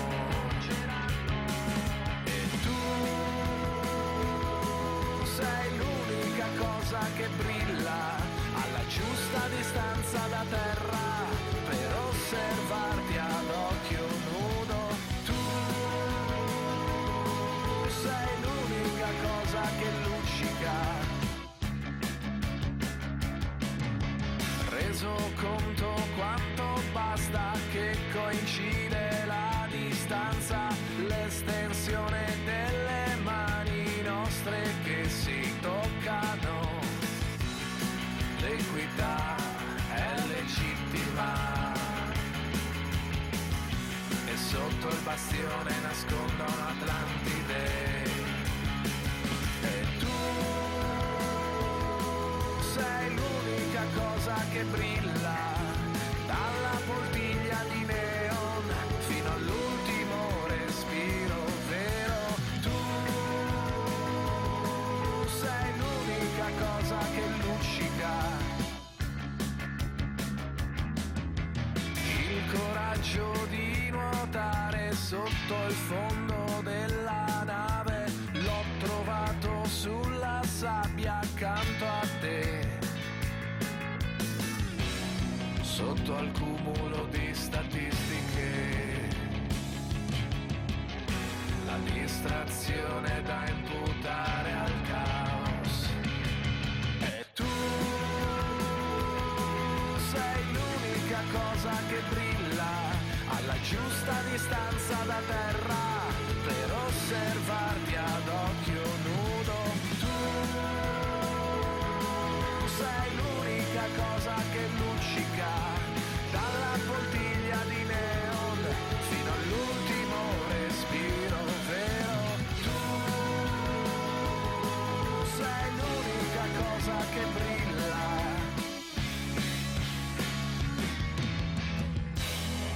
e tu sei l'unica cosa che brilla alla giusta distanza da terra per osservarti ad occhio nudo. Tu sei l'unica cosa che luccica. Reso conto quanto basta che coincide la distanza, l'estensione delle mani nostre che si toccano. L'equità è legittima e sotto il bastione nascondono Atlantide. E tu sei l'unica cosa che brilla dalla poltiglia di neon fino all'ultimo respiro vero. Tu sei l'unica cosa che luccica. Il coraggio di nuotare sotto il fondo della nave l'ho trovato sulla sabbia accanto a te, sotto al cumulo di statistiche, la distrazione da imputare al caos. E tu sei l'unica cosa che brilla alla giusta distanza da terra per osservarti ad occhio nudo. Tu sei l'unica cosa che luccica.